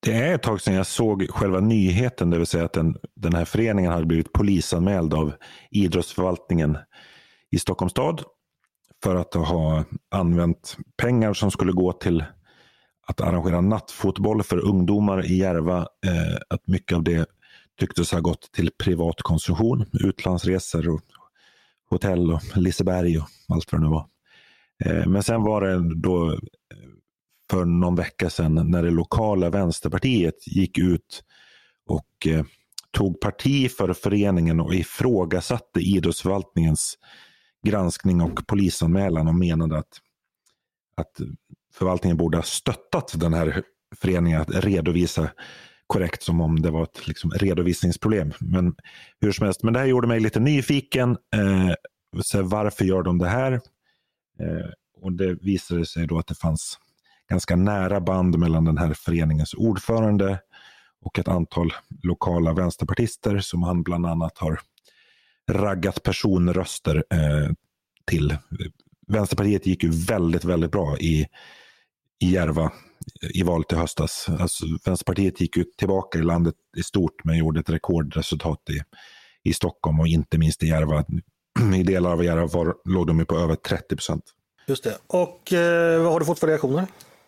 Det är ett tag sedan jag såg själva nyheten, det vill säga att den här föreningen hade blivit polisanmäld av idrottsförvaltningen i Stockholms stad för att ha använt pengar som skulle gå till att arrangera nattfotboll för ungdomar i Järva. Att mycket av det tycktes ha gått till privat konsumtion, utlandsresor och hotell och Liseberg och allt vad det nu var. Men sen var det då för någon vecka sedan när det lokala Vänsterpartiet gick ut och tog parti för föreningen och ifrågasatte idrottsförvaltningens granskning och polisanmälan och menade att förvaltningen borde ha stöttat den här föreningen att redovisa korrekt, som om det var ett liksom redovisningsproblem. Men hur som helst, men det här gjorde mig lite nyfiken. Så varför gör de det här? Och det visade sig då att det fanns ganska nära band mellan den här föreningens ordförande och ett antal lokala vänsterpartister som han bland annat har raggat personröster till. Vänsterpartiet gick ju väldigt, väldigt bra i Järva i valet i höstas. Alltså, Vänsterpartiet gick ju tillbaka i landet i stort men gjorde ett rekordresultat i Stockholm och inte minst i Järva. I delar av Järva låg de på över 30%. Just det. Och vad har du fått för reaktioner?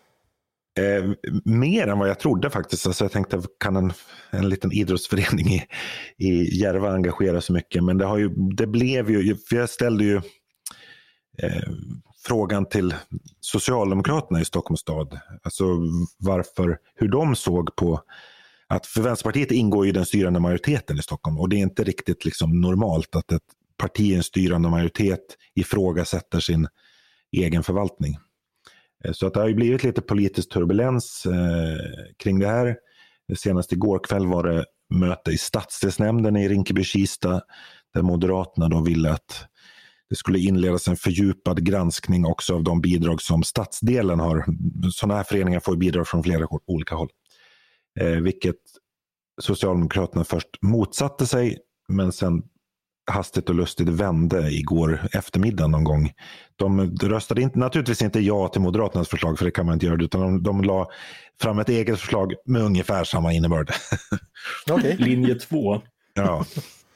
Mer än vad jag trodde faktiskt. Alltså jag tänkte, kan en liten idrottsförening i Järva engagera så mycket? Men det blev ju, för jag ställde ju frågan till Socialdemokraterna i Stockholms stad. Alltså hur de såg på att för Vänsterpartiet ingår ju den styrande majoriteten i Stockholm och det är inte riktigt liksom normalt att ett parti i en styrande majoritet ifrågasätter sin egen förvaltning. Så att det har ju blivit lite politisk turbulens kring det här. Senast igår kväll var det möte i stadsdelsnämnden i Rinkeby-Kista där Moderaterna då ville att det skulle inledas en fördjupad granskning också av de bidrag som stadsdelen har. Sådana här föreningar får bidrag från flera olika håll. Vilket Socialdemokraterna först motsatte sig men sen hastigt och lustigt vände igår eftermiddag någon gång. De röstade naturligtvis inte ja till Moderaternas förslag, för det kan man inte göra, utan de la fram ett eget förslag med ungefär samma innebörd. Okay. Linje 2. Ja.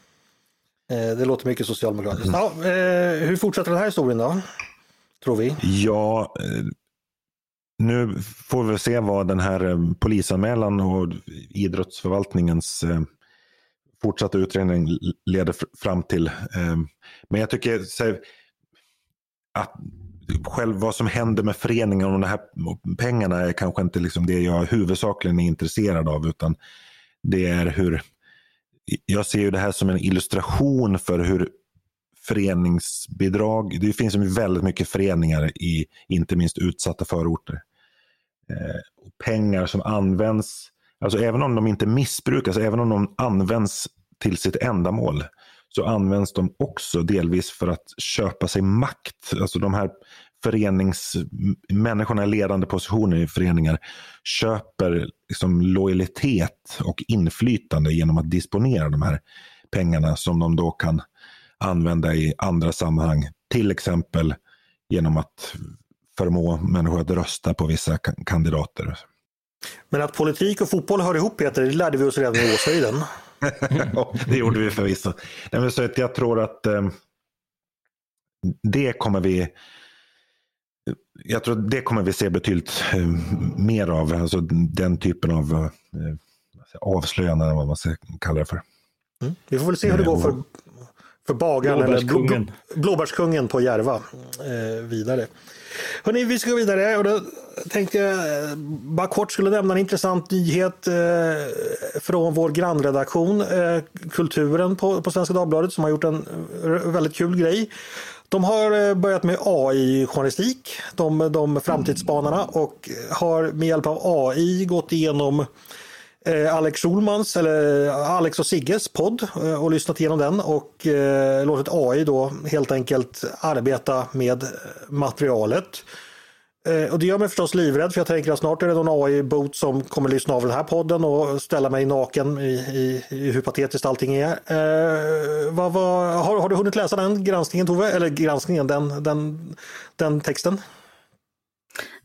Det låter mycket socialdemokratiskt. Ja, hur fortsätter den här historien då? Tror vi? Ja, nu får vi se vad den här polisanmälan och idrottsförvaltningens fortsatta utredning leder fram till. Men jag tycker att själv vad som händer med föreningen och de här pengarna är kanske inte liksom det jag huvudsakligen är intresserad av, utan det är hur jag ser ju det här som en illustration för hur föreningsbidrag, det finns ju väldigt mycket föreningar i inte minst utsatta förorter. Pengar som används, alltså även om de inte missbrukas, även om de används till sitt ändamål, så används de också delvis för att köpa sig makt. Alltså de här människorna i ledande positioner i föreningar köper liksom lojalitet och inflytande genom att disponera de här pengarna som de då kan använda i andra sammanhang. Till exempel genom att förmå människor att rösta på vissa kandidater. Men att politik och fotboll hör ihop, Peter, det lärde vi oss redan i Åshöjden. Ja, det gjorde vi förvisso. Så att jag tror att det kommer vi se betydligt mer av, alltså den typen av avslöjanden, vad man ska kalla det för. Vi får väl se hur det går för bagaren eller blåbärskungen på Järva vidare. Hörrni, vi ska gå vidare och då tänkte jag bara kort skulle nämna en intressant nyhet från vår grannredaktion Kulturen på Svenska Dagbladet, som har gjort en väldigt kul grej. De har börjat med AI-journalistik, de framtidsspanarna, och har med hjälp av AI gått igenom Alex Schulmans eller Alex och Sigges podd och lyssnat igenom den och låtit AI då helt enkelt arbeta med materialet. Och det gör mig förstås livrädd, för jag tänker att snart är det någon AI-bot som kommer lyssna av den här podden och ställa mig naken i hur patetiskt allting är. Har du hunnit läsa den granskningen, Tove? Eller granskningen, den texten?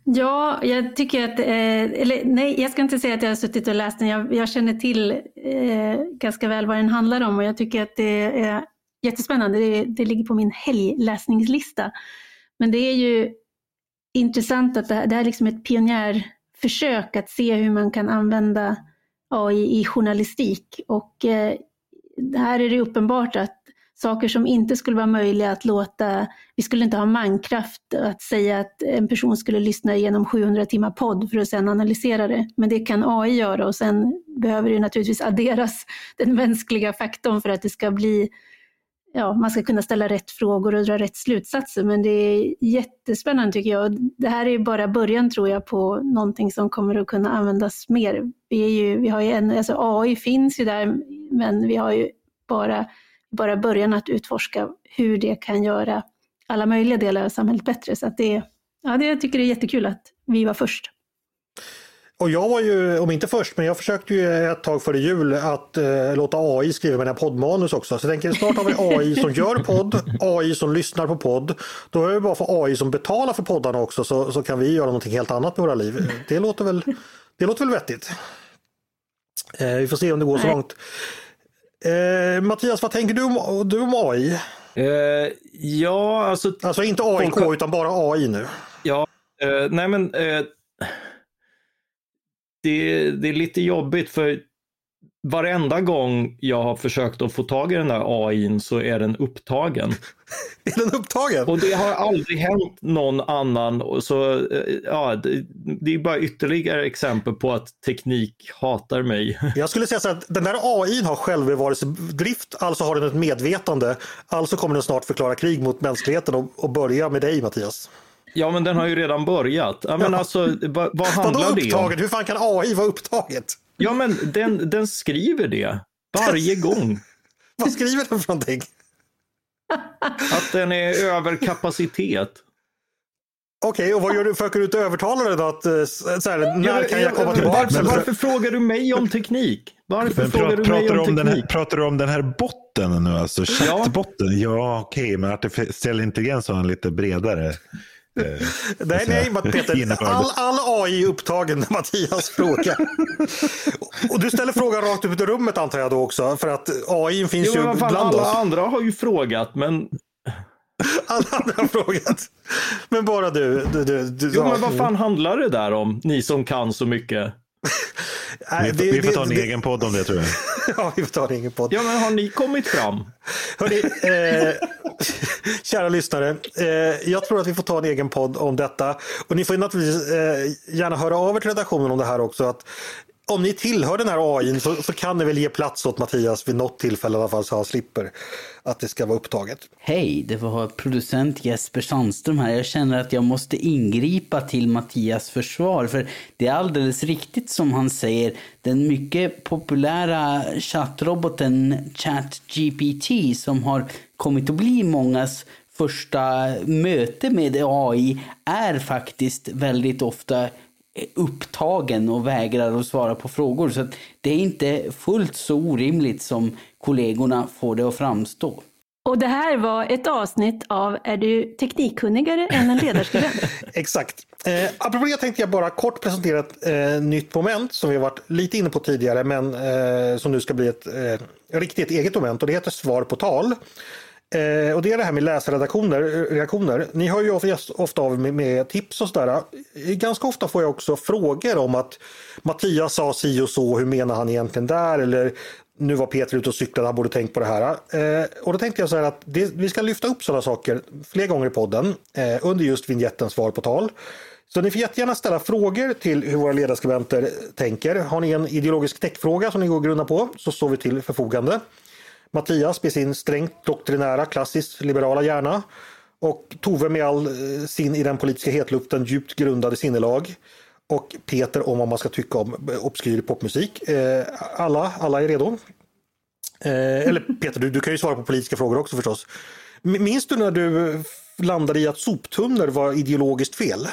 Ja, jag tycker att, eller nej, jag ska inte säga att jag har suttit och läst den. Jag känner till ganska väl vad den handlar om och jag tycker att det är jättespännande. Det ligger på min helgläsningslista. Men det är ju intressant att det här är liksom ett pionjärförsök att se hur man kan använda AI i journalistik. Och här är det uppenbart att saker som inte skulle vara möjliga att låta, vi skulle inte ha mankraft att säga att en person skulle lyssna igenom 700 timmar podd för att sedan analysera det. Men det kan AI göra och sen behöver det naturligtvis adderas den mänskliga faktorn för att det ska bli, ja, man ska kunna ställa rätt frågor och dra rätt slutsatser. Men det är jättespännande tycker jag. Det här är bara början tror jag på någonting som kommer att kunna användas mer. Vi har ju alltså AI finns ju där, men vi har ju bara början att utforska hur det kan göra alla möjliga delar av samhället bättre. Så att jag tycker det är jättekul att vi var först. Och jag var ju, om inte först, men jag försökte ju ett tag före jul att låta AI skriva mina poddmanus också. Så jag tänker snart har vi AI som gör podd, AI som lyssnar på podd. Då är det bara för AI som betalar för poddarna också så kan vi göra någonting helt annat med våra liv. Det låter väl vettigt. Vi får se om det går så långt. Mattias, vad tänker du om AI? Ja, alltså inte AIK utan bara AI nu. Ja, nej men det är lite jobbigt för varenda gång jag har försökt att få tag i den där AI:n så är den upptagen. Är den upptagen? Och det har aldrig hänt någon annan. Så ja, det är bara ytterligare exempel på att teknik hatar mig. Jag skulle säga så att den där AI:n har självbevarelsedrift, alltså har den ett medvetande. Alltså kommer den snart förklara krig mot mänskligheten och börja med dig, Mattias. Ja, men den har ju redan börjat. Ja, men alltså, vad handlar det om? Hur fan kan AI vara upptaget? Ja, men den skriver det varje gång. Vad skriver den för någonting? Att den är överkapacitet. Okej, och vad gör du? Försöker du inte övertala den att när kan jag komma tillbaka? Varför frågar du mig om teknik? Pratar du om den här botten nu, alltså chattbotten? Ja, okej, men artificiell intelligens har en lite bredare... Nej, Peter. All AI är upptagen när Mattias frågar. Och du ställer frågan rakt upp i rummet antar jag då också, för att AI finns ju bland oss. Alla andra har ju frågat, men... Alla andra har frågat. Men bara du men vad fan handlar det där om, ni som kan så mycket? Vi får ta en egen podd om det, tror jag. Ja, vi får ta en egen podd. Ja, men har ni kommit fram? Hörrni, kära lyssnare, jag tror att vi får ta en egen podd om detta. Och ni får naturligtvis gärna höra av er till redaktionen om det här också. Att om ni tillhör den här AI:n så kan ni väl ge plats åt Mattias vid något tillfälle i alla fall så han slipper att det ska vara upptaget. Hej, det var producent Jesper Sandström här. Jag känner att jag måste ingripa till Mattias försvar, för det är alldeles riktigt som han säger. Den mycket populära chattroboten ChatGPT som har kommit att bli mångas första möte med AI är faktiskt väldigt ofta upptagen och vägrar att svara på frågor. Så att det är inte fullt så orimligt som kollegorna får det att framstå. Och det här var ett avsnitt av Är du teknikkunnigare än en ledarskribent? Exakt. Apropå det tänkte jag bara kort presentera ett nytt moment som vi har varit lite inne på tidigare men som nu ska bli ett riktigt eget moment och det heter Svar på tal. Och det är det här med läsarreaktioner. Ni hör ju ofta av med tips och sådär. Ganska ofta får jag också frågor om att Mattias sa si och så, hur menar han egentligen där? Eller nu var Peter ute och cyklade, han borde tänkt på det här. Och då tänkte jag så här att vi ska lyfta upp sådana saker fler gånger i podden under just vignetten Svar på tal. Så ni får jättegärna ställa frågor till hur våra ledarskribenter tänker. Har ni en ideologisk techfråga som ni går och grunna på så står vi till förfogande. Mattias med sin strängt doktrinära, klassiskt liberala hjärna och Tove med all sin i den politiska hetluften djupt grundade sinnelag och Peter om vad man ska tycka om obskyr popmusik. Alla är redo. Eller Peter, du kan ju svara på politiska frågor också förstås. Minns du när du landade i att soptunnor var ideologiskt fel?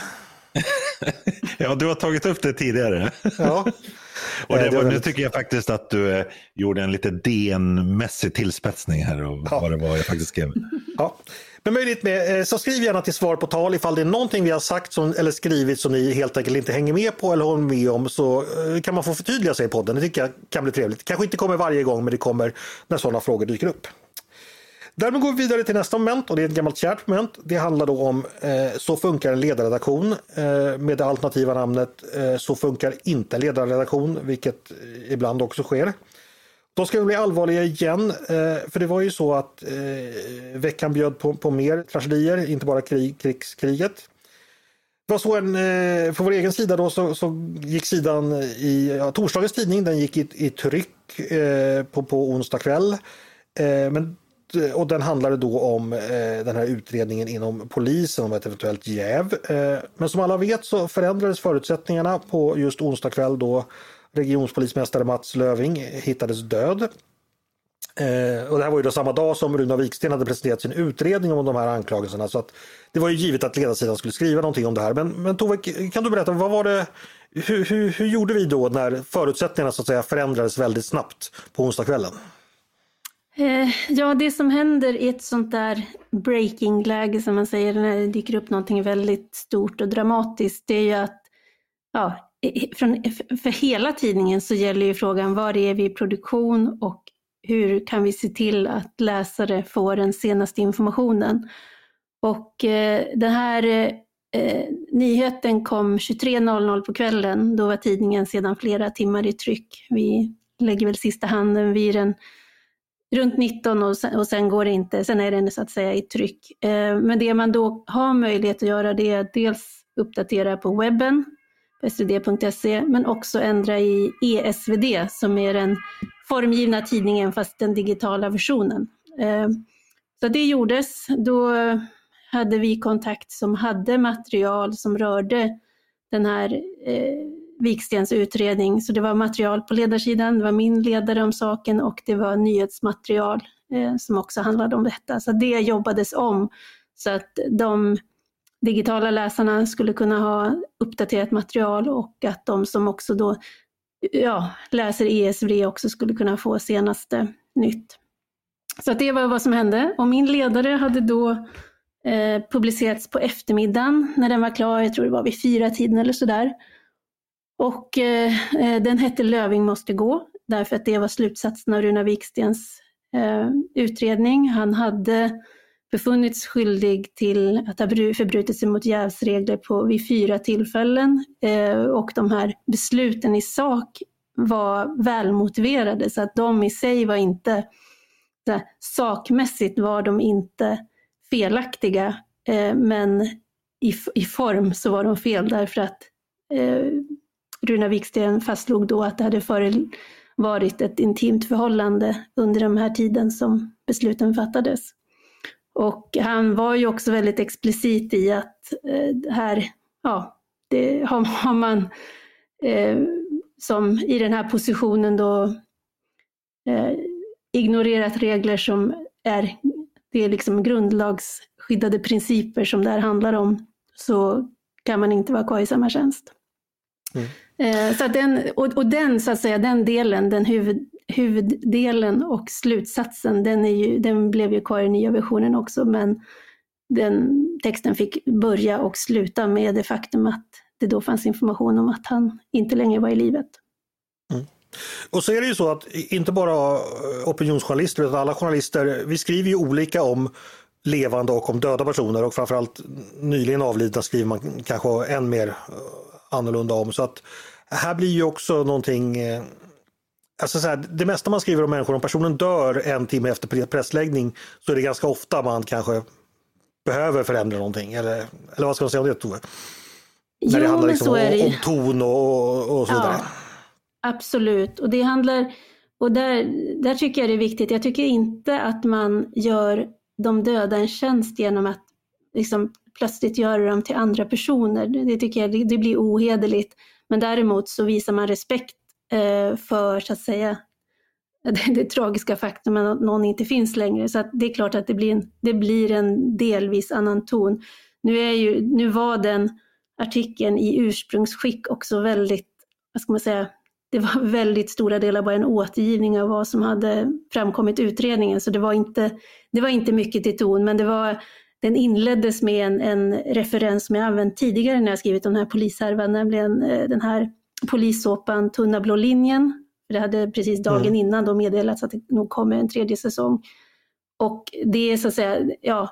Ja, du har tagit upp det tidigare. Ja. Och nu tycker jag faktiskt att du gjorde en lite DN-mässig tillspetsning här och vad det var jag faktiskt skrev. Ja. Men möjligt med, så skriv gärna till svar på tal ifall det är någonting vi har sagt eller skrivit som ni helt enkelt inte hänger med på eller håller med om, så kan man få förtydliga sig i podden. Det tycker jag kan bli trevligt. Kanske inte kommer varje gång, men det kommer när sådana frågor dyker upp. Därmed går vi vidare till nästa moment, och det är ett gammalt kärt moment. Det handlar då om Så funkar en ledarredaktion med det alternativa namnet Så funkar inte en ledarredaktion, vilket ibland också sker. Då ska vi bli allvarliga igen, för det var ju så att veckan bjöd på mer tragedier, inte bara kriget. Det var så på vår egen sida då så gick sidan i torsdagens tidning, den gick i tryck på onsdag kväll. Och den handlade då om den här utredningen inom polisen om ett eventuellt jäv. Men som alla vet så förändrades förutsättningarna på just onsdag kväll då regionspolismästare Mats Löving hittades död. Och det här var ju då samma dag som Runa Viksten hade presenterat sin utredning om de här anklagelserna, så att det var ju givet att ledarsidan skulle skriva någonting om det här. Men Tove, kan du berätta, vad var det, hur gjorde vi då när förutsättningarna så att säga förändrades väldigt snabbt på onsdagskvällen? Ja, det som händer i ett sånt där breaking-läge som man säger, när det dyker upp någonting väldigt stort och dramatiskt, det är ju att för hela tidningen så gäller ju frågan, var är vi i produktion och hur kan vi se till att läsare får den senaste informationen. Och den här nyheten kom 23.00 på kvällen, då var tidningen sedan flera timmar i tryck. Vi lägger väl sista handen vid den runt 19 och sen går det inte, sen är den så att säga i tryck. Men det man då har möjlighet att göra, det är att dels uppdatera på webben, på svd.se, men också ändra i ESVD som är den formgivna tidningen fast den digitala versionen. Så det gjordes. Då hade vi kontakt som hade material som rörde den här Vikstens utredning. Så det var material på ledarsidan, det var min ledare om saken och det var nyhetsmaterial som också handlade om detta. Så det jobbades om så att de digitala läsarna skulle kunna ha uppdaterat material och att de som också då läser ESV också skulle kunna få senaste nytt. Så att det var vad som hände, och min ledare hade då publicerats på eftermiddagen när den var klar, jag tror det var vid 4-tiden eller sådär. Och den hette Löving måste gå, därför att det var slutsatsen av Runa Vikstens utredning. Han hade befunnits skyldig till att ha förbrutit sig mot jävsregler vid 4 tillfällen, och de här besluten i sak var välmotiverade, så att de i sig var inte, sakmässigt var de inte felaktiga, men i form så var de fel, därför att Runa Viksten fastslog då att det hade varit ett intimt förhållande under den här tiden som besluten fattades. Och han var ju också väldigt explicit i att det har man som i den här positionen då ignorerat regler som det är liksom grundlagsskyddade principer som det här handlar om, så kan man inte vara kvar i samma tjänst. Så att den så att säga, den delen, den huvuddelen och slutsatsen, den blev ju kvar i nya versionen också, men den texten fick börja och sluta med det faktum att det då fanns information om att han inte längre var i livet. Och så är det ju så att inte bara opinionsjournalister utan alla journalister, vi skriver ju olika om levande och om döda personer, och framförallt nyligen avlidna skriver man kanske än mer annorlunda om, så att här blir ju också någonting, alltså så här, det mesta man skriver om människor, om personen dör en timme efter pressläggning, så är det ganska ofta man kanske behöver förändra någonting, eller vad ska man säga om det, Tove? När det handlar liksom om ton och så vidare. Absolut, och det handlar, och där tycker jag det är viktigt, jag tycker inte att man gör de döda en tjänst genom att liksom plötsligt göra dem till andra personer. Det tycker jag det blir ohederligt. Men däremot så visar man respekt för, så att säga, det tragiska faktum att någon inte finns längre. Så att det är klart att det blir en delvis annan ton. Nu var den artikeln i ursprungsskick också väldigt, vad ska man säga, det var väldigt stora delar bara en återgivning av vad som hade framkommit i utredningen. Så det var inte mycket till ton, men den inleddes med en referens som jag använt tidigare när jag skrivit om den här polishärvan, nämligen den här polissåpan Tunna blå linjen. Det hade precis dagen innan då meddelats att det nog kommer en 3:e säsong. Och det är så att säga,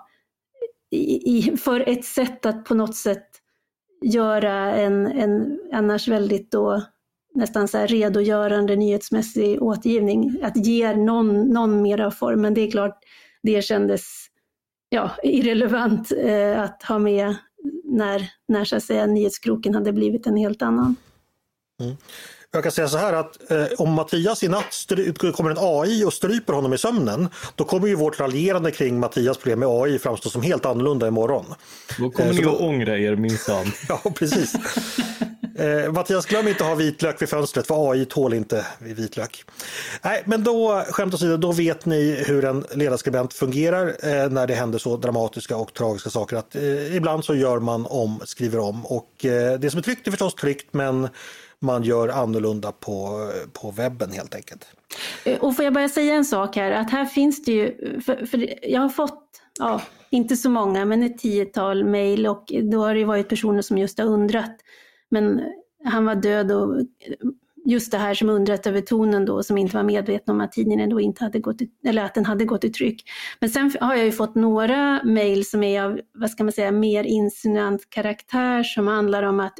för ett sätt att på något sätt göra en annars väldigt då nästan så här redogörande nyhetsmässig återgivning, att ge någon mera form. Men det är klart, det kändes irrelevant att ha med när så att säga nyhetskroken hade blivit en helt annan. Jag kan säga så här att om Mattias i natt kommer en AI och stryper honom i sömnen, då kommer ju vårt raljerande kring Mattias problem med AI framstå som helt annorlunda imorgon. Då kommer ni att ångra er minsann. Ja, precis. Mattias, glöm inte att ha vitlök vid fönstret, för AI tål inte vitlök. Nej, men då, skämt åsido, då vet ni hur en ledarskribent fungerar när det händer så dramatiska och tragiska saker, att ibland så gör man skriver om, och det som är tryckt är förstås tryckt, men man gör annorlunda på webben helt enkelt. Och får jag bara säga en sak här, att här finns det ju, för jag har fått, inte så många, men ett 10-tal mejl, och då har det varit personer som just har undrat, men han var död, och just det här som undrat över tonen då, som inte var medveten om att tidningen då inte hade gått eller att den hade gått i tryck. Men sen har jag ju fått några mejl som är av, vad ska man säga, mer insinuant karaktär, som handlar om att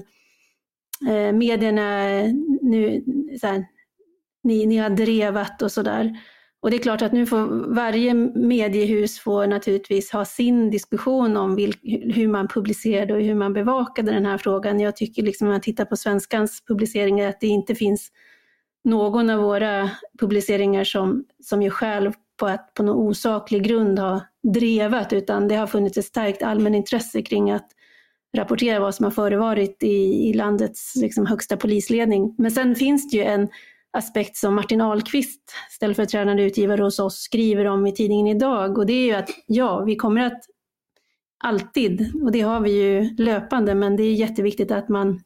medierna nu så här, ni har drevat och sådär. Och det är klart att nu får varje mediehus får naturligtvis ha sin diskussion om hur man publicerade och hur man bevakade den här frågan. Jag tycker liksom när man tittar på Svenskans publiceringar att det inte finns någon av våra publiceringar som gör skäl på att på någon osaklig grund ha drevat, utan det har funnits ett starkt allmänintresse kring att rapportera vad som har förevarit i landets liksom högsta polisledning. Men sen finns det ju en aspekt som Martin Ahlqvist, ställföreträdande utgivare hos oss, skriver om i tidningen idag, och det är ju att vi kommer att alltid, och det har vi ju löpande, men det är jätteviktigt att man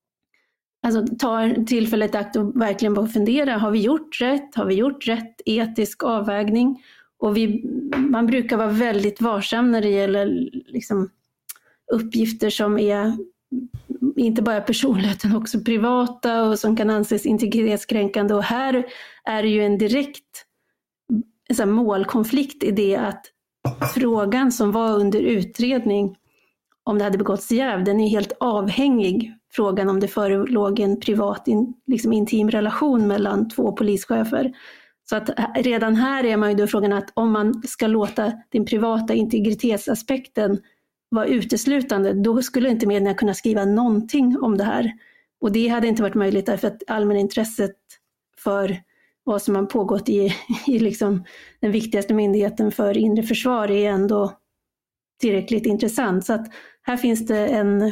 tar tillfället akt och verkligen bara fundera, har vi gjort rätt etisk avvägning? Och man brukar vara väldigt varsam när det gäller liksom uppgifter som är inte bara personliga utan också privata och som kan anses integritetskränkande. Och här är det ju en direkt målkonflikt i det att frågan som var under utredning, om det hade begåtts jäv, den är helt avhängig frågan om det förelåg en privat intim relation mellan två polischefer. Så att redan här är man ju då frågan att om man ska låta den privata integritetsaspekten var uteslutande, då skulle inte medierna kunna skriva någonting om det här. Och det hade inte varit möjligt därför att allmänintresset för vad som har pågått i liksom den viktigaste myndigheten för inre försvar är ändå tillräckligt intressant. Så att här finns det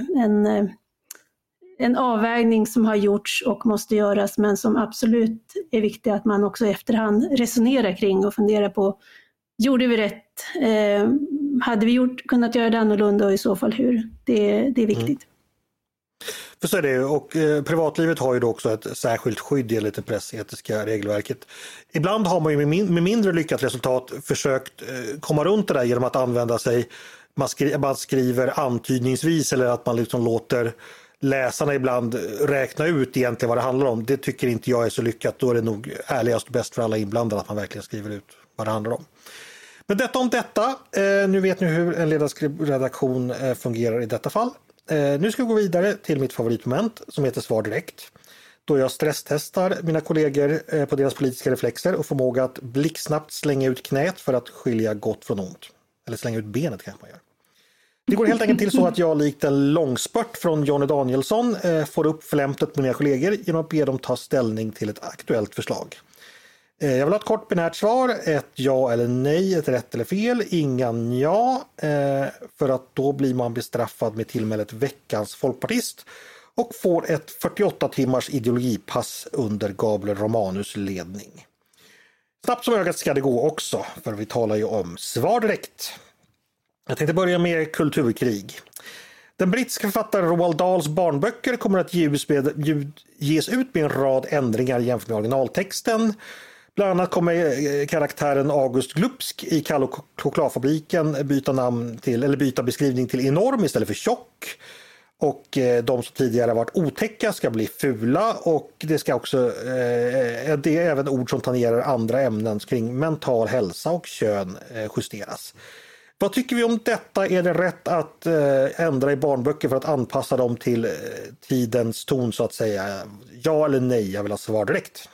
en avvägning som har gjorts och måste göras, men som absolut är viktig att man också i efterhand resonerar kring och funderar på, gjorde vi rätt? Hade vi kunnat göra det annorlunda, och i så fall hur? Det är viktigt. För så är det, och privatlivet har ju då också ett särskilt skydd enligt det pressetiska regelverket. Ibland har man ju med mindre lyckat resultat försökt komma runt det där genom att använda sig, man skriver antydningsvis, eller att man liksom låter läsarna ibland räkna ut egentligen vad det handlar om. Det tycker inte jag är så lyckat. Då är det nog ärligast och bäst för alla inblandade att man verkligen skriver ut vad det handlar om. Men detta om detta. Nu vet ni hur en ledarredaktion fungerar i detta fall. Nu ska vi gå vidare till mitt favoritmoment som heter Svar direkt. Då jag stresstestar mina kollegor på deras politiska reflexer och förmåga att blixtsnabbt slänga ut knät för att skilja gott från ont. Eller slänga ut benet kanske man gör. Det går helt enkelt till så att jag likt en långspurt från Jonny Danielsson får upp flämtet med mina kollegor genom att be dem ta ställning till ett aktuellt förslag. Jag vill ha ett kort binärt svar, ett ja eller nej, ett rätt eller fel, inga ja, för att då blir man bestraffad med tillmälet veckans folkpartist och får ett 48 timmars ideologipass under Gabriel Romanus ledning. Snabbt som ögat ska det gå också, för vi talar ju om Svar direkt. Jag tänkte börja med kulturkrig. Den brittiska författaren Roald Dahls barnböcker kommer att ges ut med en rad ändringar jämfört med originaltexten. Bland annat kommer karaktären August Glupsk i Kalle och chokladfabriken byta beskrivning till enorm istället för tjock. Och de som tidigare varit otäcka ska bli fula, och det ska också det är även ord som tangerar andra ämnen kring mental hälsa och kön justeras. Vad tycker vi om detta? Är det rätt att ändra i barnböcker för att anpassa dem till tidens ton så att säga? Ja eller nej? Jag vill ha svar direkt.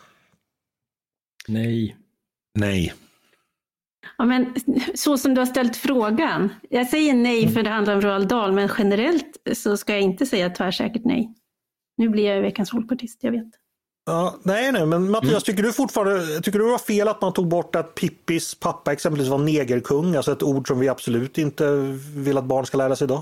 Nej. Nej. Ja, men så som du har ställt frågan. Jag säger nej för det handlar om Roald Dahl, men generellt så ska jag inte säga tvärsäkert nej. Nu blir jag veckans folkpartist, jag vet. Ja, nej, men Mattias, tycker du det var fel att man tog bort att Pippis pappa exempelvis var negerkung, alltså ett ord som vi absolut inte vill att barn ska lära sig idag?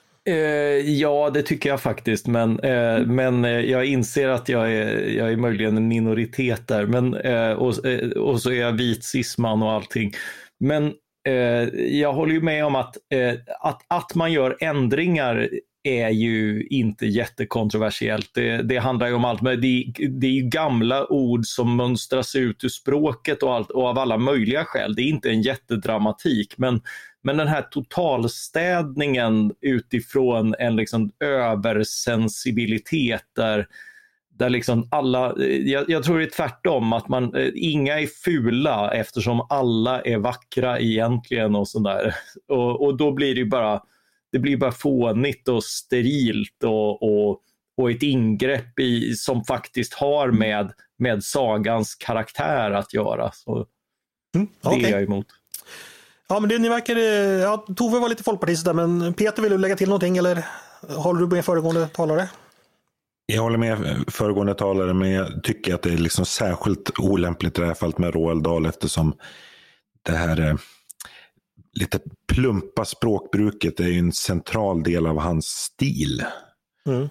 Ja, det tycker jag faktiskt, men jag inser att jag är möjligen en minoritet där, och så är jag vit cisman och allting. Men jag håller ju med om att man gör ändringar är ju inte jättekontroversiellt. Det handlar ju om allt, men det är ju gamla ord som mönstras ut ur språket och av alla möjliga skäl. Det är inte en jättedramatik, men den här totalstädningen utifrån en liksom översensibilitet där liksom alla, jag tror det är tvärtom, att inga är fula eftersom alla är vackra egentligen och sådär. Och då blir det blir bara fånigt och sterilt och ett ingrepp som faktiskt har med sagans karaktär att göra. Så det är jag emot. Ja, men ni verkar... Tove var lite folkpartist där, men Peter, vill du lägga till någonting eller håller du med föregående talare? Jag håller med föregående talare, men jag tycker att det är liksom särskilt olämpligt i det här fallet med Roald Dahl, eftersom det här lite plumpa språkbruket är ju en central del av hans stil. Mm.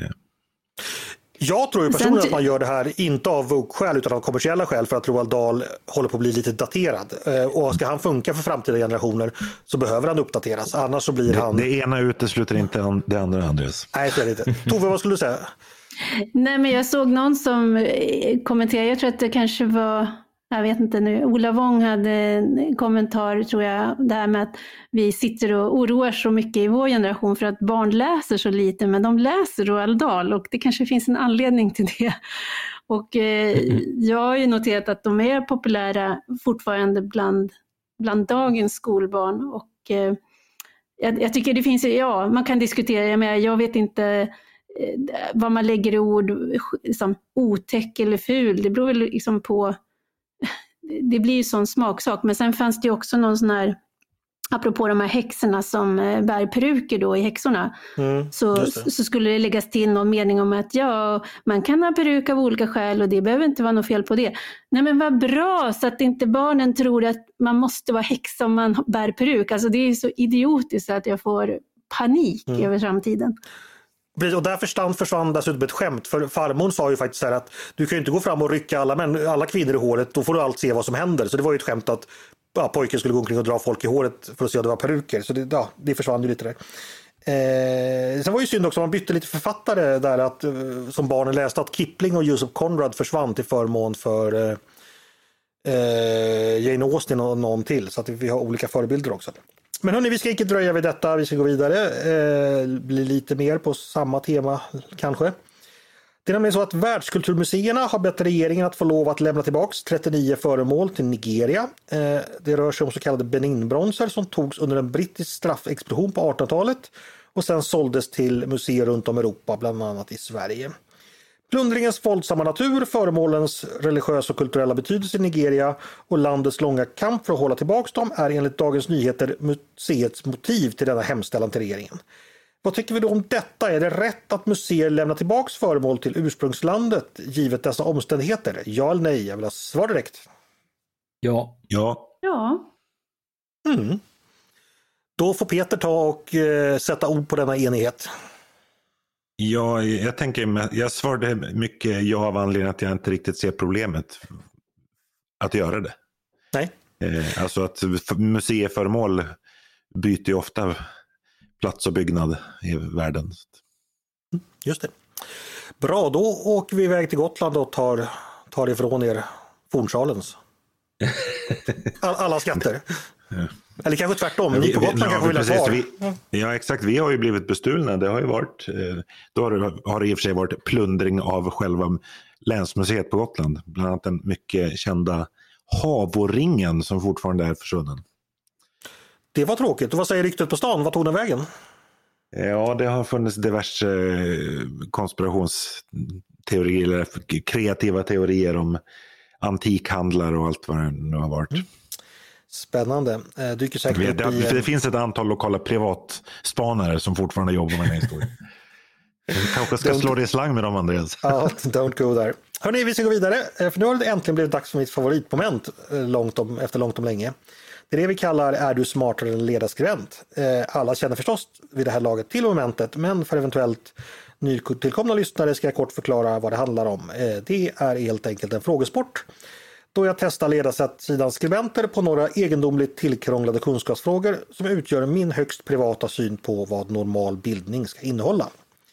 Jag tror ju personligen att man gör det här inte av woke-skäl utan av kommersiella skäl, för att Roald Dahl håller på att bli lite daterad. Och ska han funka för framtida generationer så behöver han uppdateras. Annars så blir han... Det ena utesluter inte det andra, Andreas. Nej, så är det inte. Tove, vad skulle du säga? Nej, men jag såg någon som kommenterade, jag tror att det kanske var... Jag vet inte nu, Ola Wong hade en kommentar, tror jag, det här med att vi sitter och oroar så mycket i vår generation för att barn läser så lite, men de läser Roald Dahl och det kanske finns en anledning till det. Och jag har ju noterat att de är populära fortfarande bland dagens skolbarn, och jag tycker det finns, man kan diskutera, men jag vet inte vad man lägger i ord som otäck eller ful, det beror väl liksom på. Det blir ju sån smaksak, men sen fanns det också någon sån här, apropå de här häxorna som bär peruker då i häxorna, så skulle det läggas till någon mening om att man kan ha peruk av olika skäl och det behöver inte vara något fel på det. Nej, men vad bra, så att inte barnen tror att man måste vara häxa om man bär peruk. Alltså det är så idiotiskt att jag får panik över framtiden. Och där försvann dessutom ett skämt, för farmor sa ju faktiskt så här att du kan ju inte gå fram och rycka alla kvinnor i håret, då får du allt se vad som händer. Så det var ju ett skämt att pojken skulle gå omkring och dra folk i håret för att se om det var peruker. Så det försvann ju lite där. Sen var ju synd också, man bytte lite författare där, att som barnen läste, att Kipling och Joseph Conrad försvann till förmån för Jane Austen och någon till, så att vi har olika förebilder också. Men hörni, vi ska inte dröja vid detta, vi ska gå vidare. Bli lite mer på samma tema kanske. Det är nämligen så att världskulturmuseerna har bett regeringen att få lov att lämna tillbaks 39 föremål till Nigeria. Det rör sig om så kallade Benin-bronser som togs under en brittisk straffexpedition på 1800-talet och sen såldes till museer runt om i Europa, bland annat i Sverige. Plundringens våldsamma natur, föremålens religiösa och kulturella betydelse i Nigeria och landets långa kamp för att hålla tillbaka dem är enligt Dagens Nyheter museets motiv till denna hemställan till regeringen. Vad tycker vi då om detta? Är det rätt att museer lämnar tillbaka föremål till ursprungslandet givet dessa omständigheter? Ja eller nej? Jag vill ha svar direkt. Ja. Då får Peter ta och sätta ord på denna enighet. Ja, jag svarade mycket ja av anledning att jag inte riktigt ser problemet att göra det. Nej. Alltså att museiföremål byter ju ofta plats och byggnad i världen. Just det. Bra, då åker vi iväg till Gotland och tar ifrån er fornsалens. Alla skatter. Ja. Eller kanske tvärtom, ni på Gotland kanske vill ha kvar. Ja, exakt. Vi har ju blivit bestulna. Det har ju varit, då har det i och för sig varit plundring av själva länsmuseet på Gotland. Bland annat den mycket kända Havoringen som fortfarande är försvunnen. Det var tråkigt. Och vad säger ryktet på stan? Vad tog den vägen? Ja, det har funnits diverse konspirationsteorier eller kreativa teorier om antikhandlare och allt vad det nu har varit. Spännande. Dyker säkert upp det finns ett antal lokala privatspanare som fortfarande jobbar med den historien. Vi kanske ska slå det i slang med dem, Andreas. Ja, don't go there. Hörrni, vi ska gå vidare. För nu har det äntligen blivit dags för mitt favoritmoment efter långt om länge. Det är det vi kallar Är du smartare än ledarskribent? Alla känner förstås vid det här laget till momentet, men för eventuellt nytillkomna lyssnare ska jag kort förklara vad det handlar om. Det är helt enkelt en frågesport då jag testar ledarsidans skribenter på några egendomligt tillkrånglade kunskapsfrågor som utgör min högst privata syn på vad normal bildning ska innehålla.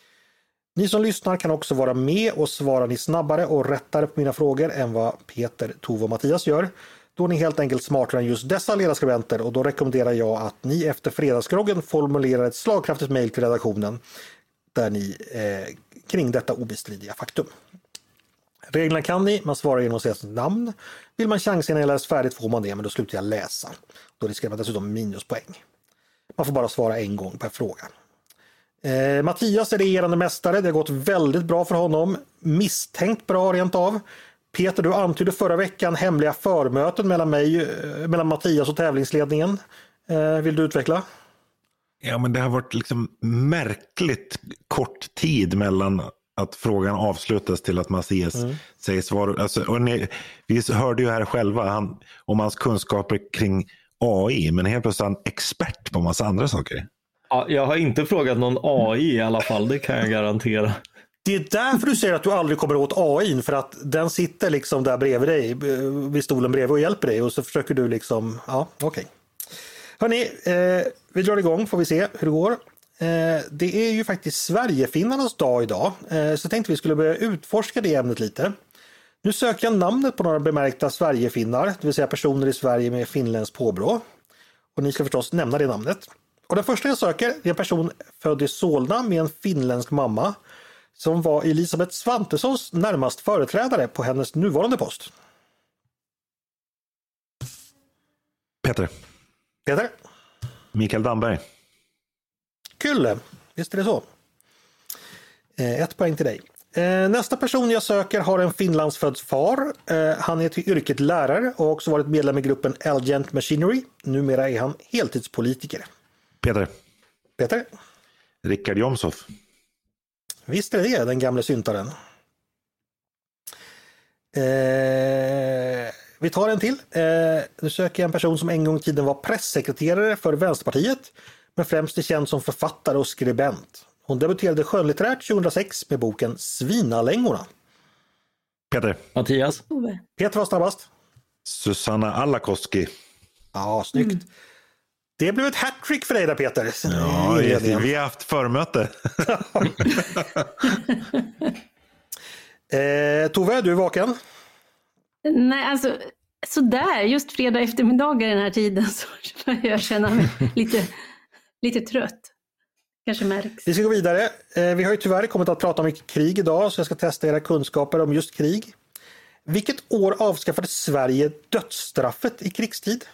Ni som lyssnar kan också vara med och svara ni snabbare och rättare på mina frågor än vad Peter, Tove och Mattias gör. Då är ni helt enkelt smartare än just dessa ledarskribenter och då rekommenderar jag att ni efter fredagsgroggen formulerar ett slagkraftigt mejl till redaktionen där ni kring detta obestridliga faktum. Reglerna kan ni, man svarar genom att säga sitt namn. Vill man chansen när jag läst färdigt får man det, men då slutar jag läsa. Då riskerar man dessutom minuspoäng. Man får bara svara en gång per fråga. Mattias är regerande mästare, det har gått väldigt bra för honom. Misstänkt bra rent av. Peter, du antydde förra veckan hemliga förmöten mellan Mattias och tävlingsledningen. Vill du utveckla? Ja, men det har varit liksom märkligt kort tid mellan att frågan avslutas till att Mattias säger svar. Alltså, vi hörde ju här själva om hans kunskaper kring AI, men helt plötsligt är han expert på en massa andra saker. Ja, jag har inte frågat någon AI i alla fall, det kan jag garantera. Det är därför du säger att du aldrig kommer åt AI, för att den sitter liksom där bredvid dig, vid stolen bredvid och hjälper dig och så försöker du liksom, ja, okej. Hörrni, vi drar igång, får vi se hur det går. Det är ju faktiskt Sverigefinnarnas dag idag, så tänkte vi skulle börja utforska det ämnet lite. Nu söker jag namnet på några bemärkta Sverigefinnar, det vill säga personer i Sverige med finländskt påbrå. Och ni ska förstås nämna det namnet. Och den första jag söker är en person född i Solna med en finländsk mamma som var Elisabeth Svantessons närmast företrädare på hennes nuvarande post. Peter. Mikael Damberg. Kul, visst är det så. 1 poäng till dig. Nästa person jag söker har en finlandsfödd far. Han är till yrket lärare och har också varit medlem i gruppen Elgent Machinery. Numera är han heltidspolitiker. Peter. Richard Jomshof. Visst är det den gamla syntaren. Vi tar en till. Nu söker jag en person som en gång i tiden var pressekreterare för Vänsterpartiet, men främst är känd som författare och skribent. Hon debuterade skönlitterärt 2006 med boken Svinalängorna. Peter. Mattias. Peter var snabbast. Susanna Alakoski. Ja, snyggt. Det blev ett hattrick för dig där, Peter. Ja, vi har haft förmöte. Tove, du är vaken? Nej, alltså sådär, just fredag eftermiddagar den här tiden så börjar jag känna mig lite trött. Kanske märks. Vi ska gå vidare. Vi har ju tyvärr kommit att prata om mycket krig idag, så jag ska testa era kunskaper om just krig. Vilket år avskaffade Sverige dödsstraffet i krigstid?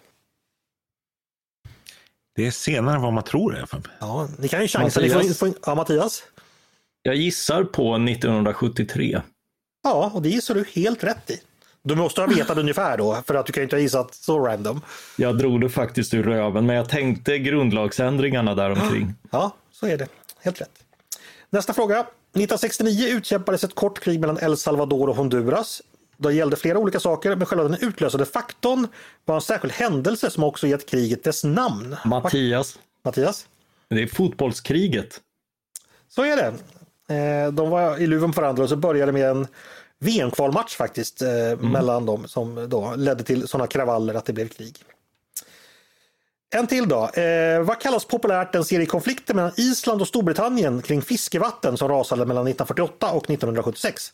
Det är senare än vad man tror det. Ja, ni kan ju chansa. Ja, Mattias? Jag gissar på 1973. Ja, och det gissar du helt rätt i. Du måste ha vetat ungefär då, för att du kan ju inte ha gissat så random. Jag drog det faktiskt ur röven, men jag tänkte grundlagsändringarna där omkring. Ja, så är det. Helt rätt. Nästa fråga. 1969 utkämpades ett kort krig mellan El Salvador och Honduras. Det gällde flera olika saker, men själva den utlösande faktorn var en särskild händelse som också gett kriget dess namn. Mattias. Det är fotbollskriget. Så är det. De var i luven på varandra och så började med en VM-kvalmatch faktiskt mellan dem som då ledde till sådana kravaller att det blev krig. En till då. Vad kallas populärt den serie konflikter mellan Island och Storbritannien kring fiskevatten som rasade mellan 1948 och 1976?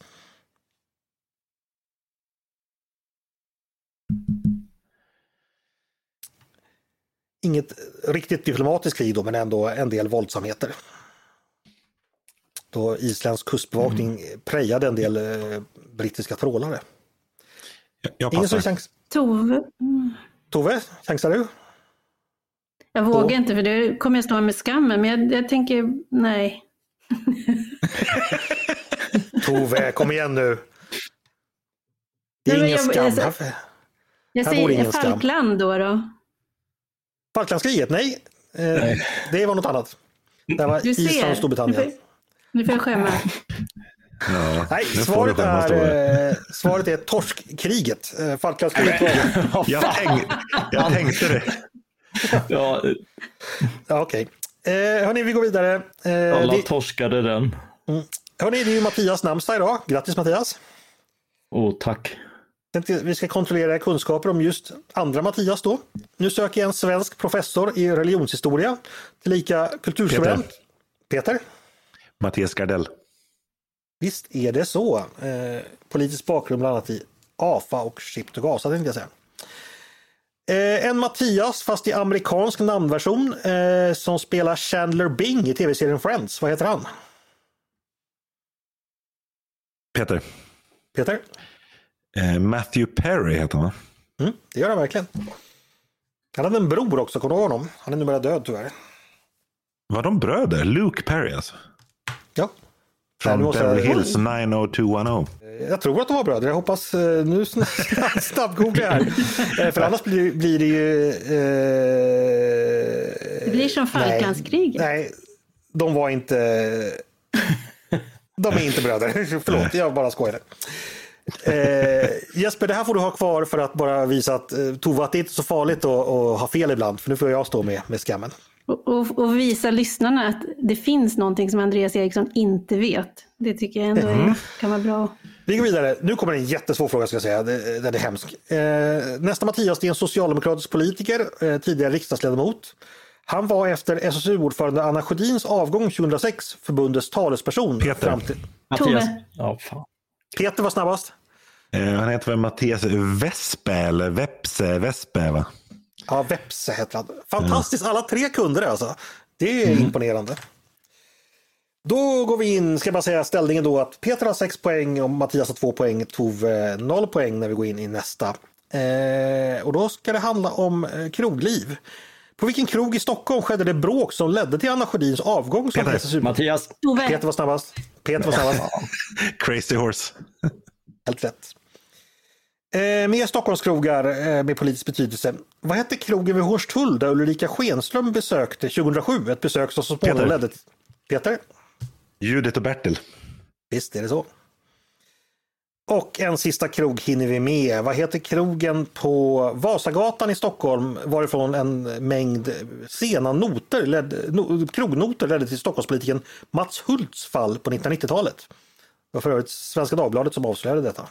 Inget riktigt diplomatiskt krig då, men ändå en del våldsamheter. Då Islands kustbevakning prejade en del brittiska trålare. Jag Ingen som passar. chans. Tove, chansar du? jag vågar inte för det kommer jag stå med skammen, men jag tänker nej. Tove, kom igen nu. Det är Nej, men ingen skam. Jag Här vore ingen säger skam. Falkland då. Falklandskriget? Nej. Det var något annat. Det var Du ser. Island och Storbritannien. Nu får jag skämma. Ja, Nej, nu får du skämmas då. svaret är torskkriget. Falklandskriget var... Jag tänkte det. Ja, Ja, okej. Hörni, vi går vidare. alla torskade den. Hörni, det är ju Mattias namnsdag idag. Grattis Mattias. Tack. Vi ska kontrollera kunskaper om just andra Mattias då. Nu söker jag en svensk professor i religionshistoria, tillika kulturskribent. Peter? Mattias Gardell. Visst är det så. Politisk bakgrund bland annat i AFA och Ship to Gaza tänkte jag säga. En Mattias fast i amerikansk namnversion som spelar Chandler Bing i tv-serien Friends. Vad heter han? Peter. Matthew Perry heter han. Det gör han verkligen. Han hade en bror också, kommer du ihåg honom? Han är numera död tyvärr. Var de bröder? Luke Perry alltså? Ja. Från Nej, Beverly Hills 90210. Jag tror att de var bröder. Jag hoppas nu snabbgooglar här. För annars blir det ju... Det blir som Falklandskriget. Nej, de var inte... De är inte bröder. Förlåt, jag bara skojade. Jesper, det här får du ha kvar för att bara visa att Tove, att det är inte så farligt att ha fel ibland. För nu får jag stå med skammen. Och visa lyssnarna att det finns någonting som Andreas Eriksson inte vet. Det tycker jag ändå kan vara bra. Vi går vidare. Nu kommer en jättesvår fråga ska jag säga. Den är hemsk. Nästa Mattias är en socialdemokratisk politiker, tidigare riksdagsledamot. Han var efter SSU-ordförande Anna Sjödins avgång 2006 förbundets talesperson. Peter. Fram till... Mattias. Ja, fan. Peter var snabbast. Han heter väl Mattias Vespe eller Vespe va? Ja, Vepse heter han. Fantastiskt, alla tre kunder alltså. Det är imponerande. Då går vi in, ska jag bara säga ställningen då att Peter har 6 poäng och Mattias har 2 poäng, Tove 0 poäng när vi går in i nästa. Och då ska det handla om krogliv. På vilken krog i Stockholm skedde det bråk som ledde till Anna Sjödins avgång som SSU? Mattias. Peter var snabbast. Crazy Horse. Helt rätt. Mer Stockholmskrogar med politisk betydelse. Vad hette krogen vid Hornstull där Ulrika Schenström besökte 2007? Ett besök som så småningom ledde till... Peter? Judith och Bertil. Visst är det så. Och en sista krog hinner vi med. Vad heter krogen på Vasagatan i Stockholm varifrån en mängd sena krognoter ledde till Stockholmspolitiken Mats Hults fall på 1990-talet? Det var för övrigt Svenska Dagbladet som avslöjade detta.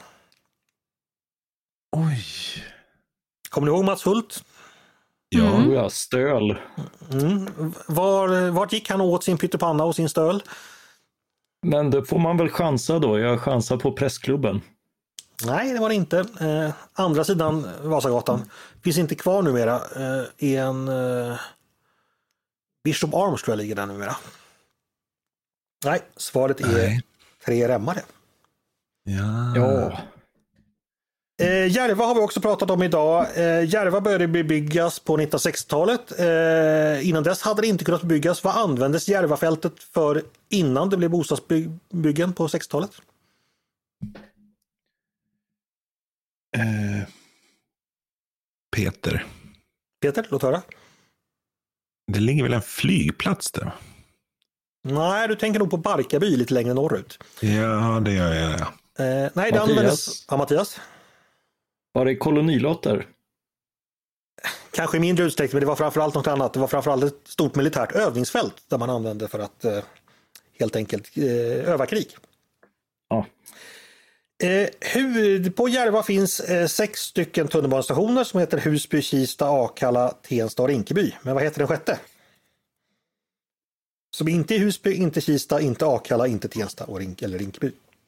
Oj. Kommer ni ihåg Mats Hult? Ja, stöl. Vart gick han åt sin pyttipanna och sin stöl? Men det får man väl chansa då. Jag chansar på pressklubben. Nej, det var det inte. Andra sidan Vasagatan. Finns inte kvar numera. En Bishop Arms tror jag ligger där numera. Nej, svaret är 3 remmare. Ja. Järva har vi också pratat om idag. Järva började bebyggas på 1960-talet. Innan dess hade det inte kunnat byggas. Vad användes Järvafältet för innan det blev bostadsbyggen på 60-talet? Peter, Låt höra. det ligger väl en flygplats där? Nej, du tänker nog på Barkarby lite längre norrut. Ja, det gör jag. Ja. Nej, det användes... Ja, Mattias? Var det kolonilotter? Kanske i mindre utsträckning, men det var framförallt något annat. Det var framförallt ett stort militärt övningsfält där man använde för att helt enkelt öva krig. Ja. På Järva finns 6 stycken tunnelbanestationer som heter Husby, Kista, Akalla, Tensta och Rinkeby. Men vad heter den sjätte? Som inte är Husby, inte Kista, inte Akalla, inte Tensta och eller Rinkeby.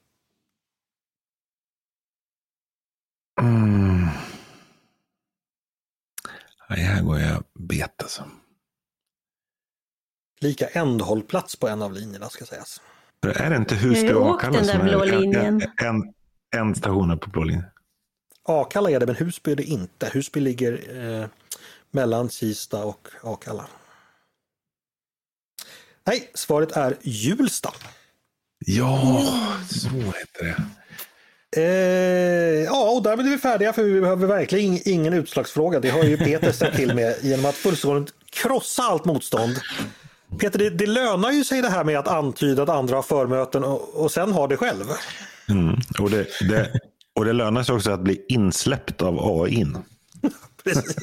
Ja, här går jag bet alltså. Lika ändhållplats på en av linjerna ska sägas. Är det inte Husby och Akalla som är en station på blå linjen? Akalla är det, men Husby är det inte. Husby ligger mellan Kista och Akalla. Nej, svaret är Hjulsta. Ja, så heter det. Ja, och därmed är vi färdiga, för vi behöver verkligen ingen utslagsfråga. Det har ju Peter ställt till med genom att fullständigt krossa allt motstånd. Peter, det lönar ju sig det här med att antyda att andra har förmöten och sen har det själv. Och det lönar sig också att bli insläppt av AI. Precis.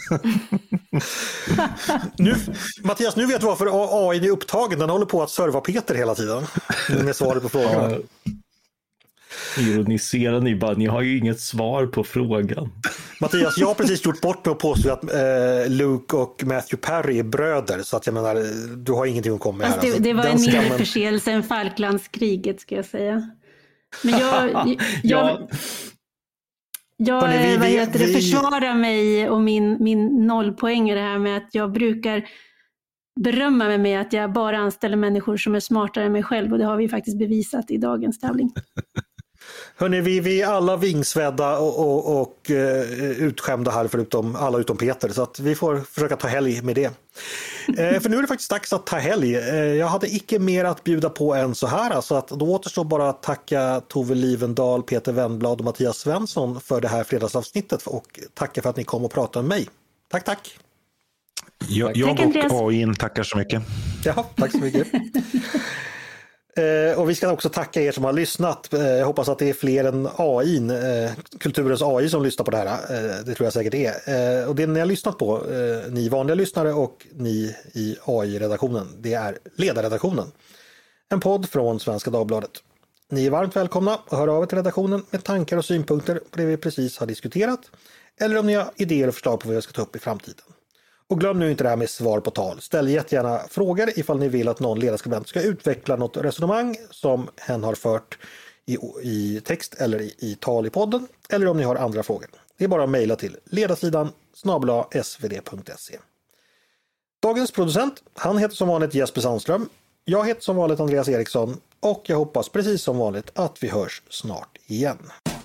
Mattias, nu vet du varför AI är upptagen. Den håller på att serva Peter hela tiden med svaret på frågorna. Ironiserar ni bara, ni har ju inget svar på frågan. Mattias, jag har precis gjort bort mig och påstå att Luke och Matthew Perry är bröder, så att jag menar, du har ingenting att komma med här. Det var en mindre förseelse än Falklandskriget, ska jag säga. Men jag försvarar mig och min nollpoäng i det här med att jag brukar berömma mig med att jag bara anställer människor som är smartare än mig själv, och det har vi faktiskt bevisat i dagens tävling. Hörrni, vi är alla vingsvedda och utskämda här, förutom alla utom Peter, så att vi får försöka ta helg med det. För nu är det faktiskt dags att ta helg. Jag hade icke mer att bjuda på än så här, så att då återstår bara att tacka Tove Livendal, Peter Wennblad och Mattias Svensson för det här fredagsavsnittet, och tacka för att ni kom och pratade med mig. Tack. Jag och AI tackar så mycket. Ja, tack så mycket. Och vi ska också tacka er som har lyssnat. Jag hoppas att det är fler än AI, kulturens AI, som lyssnar på det här. Det tror jag säkert är. Och det ni har lyssnat på, ni vanliga lyssnare och ni i AI-redaktionen, det är Ledarredaktionen. En podd från Svenska Dagbladet. Ni är varmt välkomna att höra av er till redaktionen med tankar och synpunkter på det vi precis har diskuterat. Eller om ni har idéer och förslag på vad jag ska ta upp i framtiden. Och glöm nu inte det här med svar på tal. Ställ jättegärna frågor ifall ni vill att någon ledarskribent ska utveckla något resonemang som hen har fört i text eller i tal i podden. Eller om ni har andra frågor. Det är bara att mejla till ledarsidan@svd.se. Dagens producent, han heter som vanligt Jesper Sandström. Jag heter som vanligt Andreas Eriksson. Och jag hoppas precis som vanligt att vi hörs snart igen.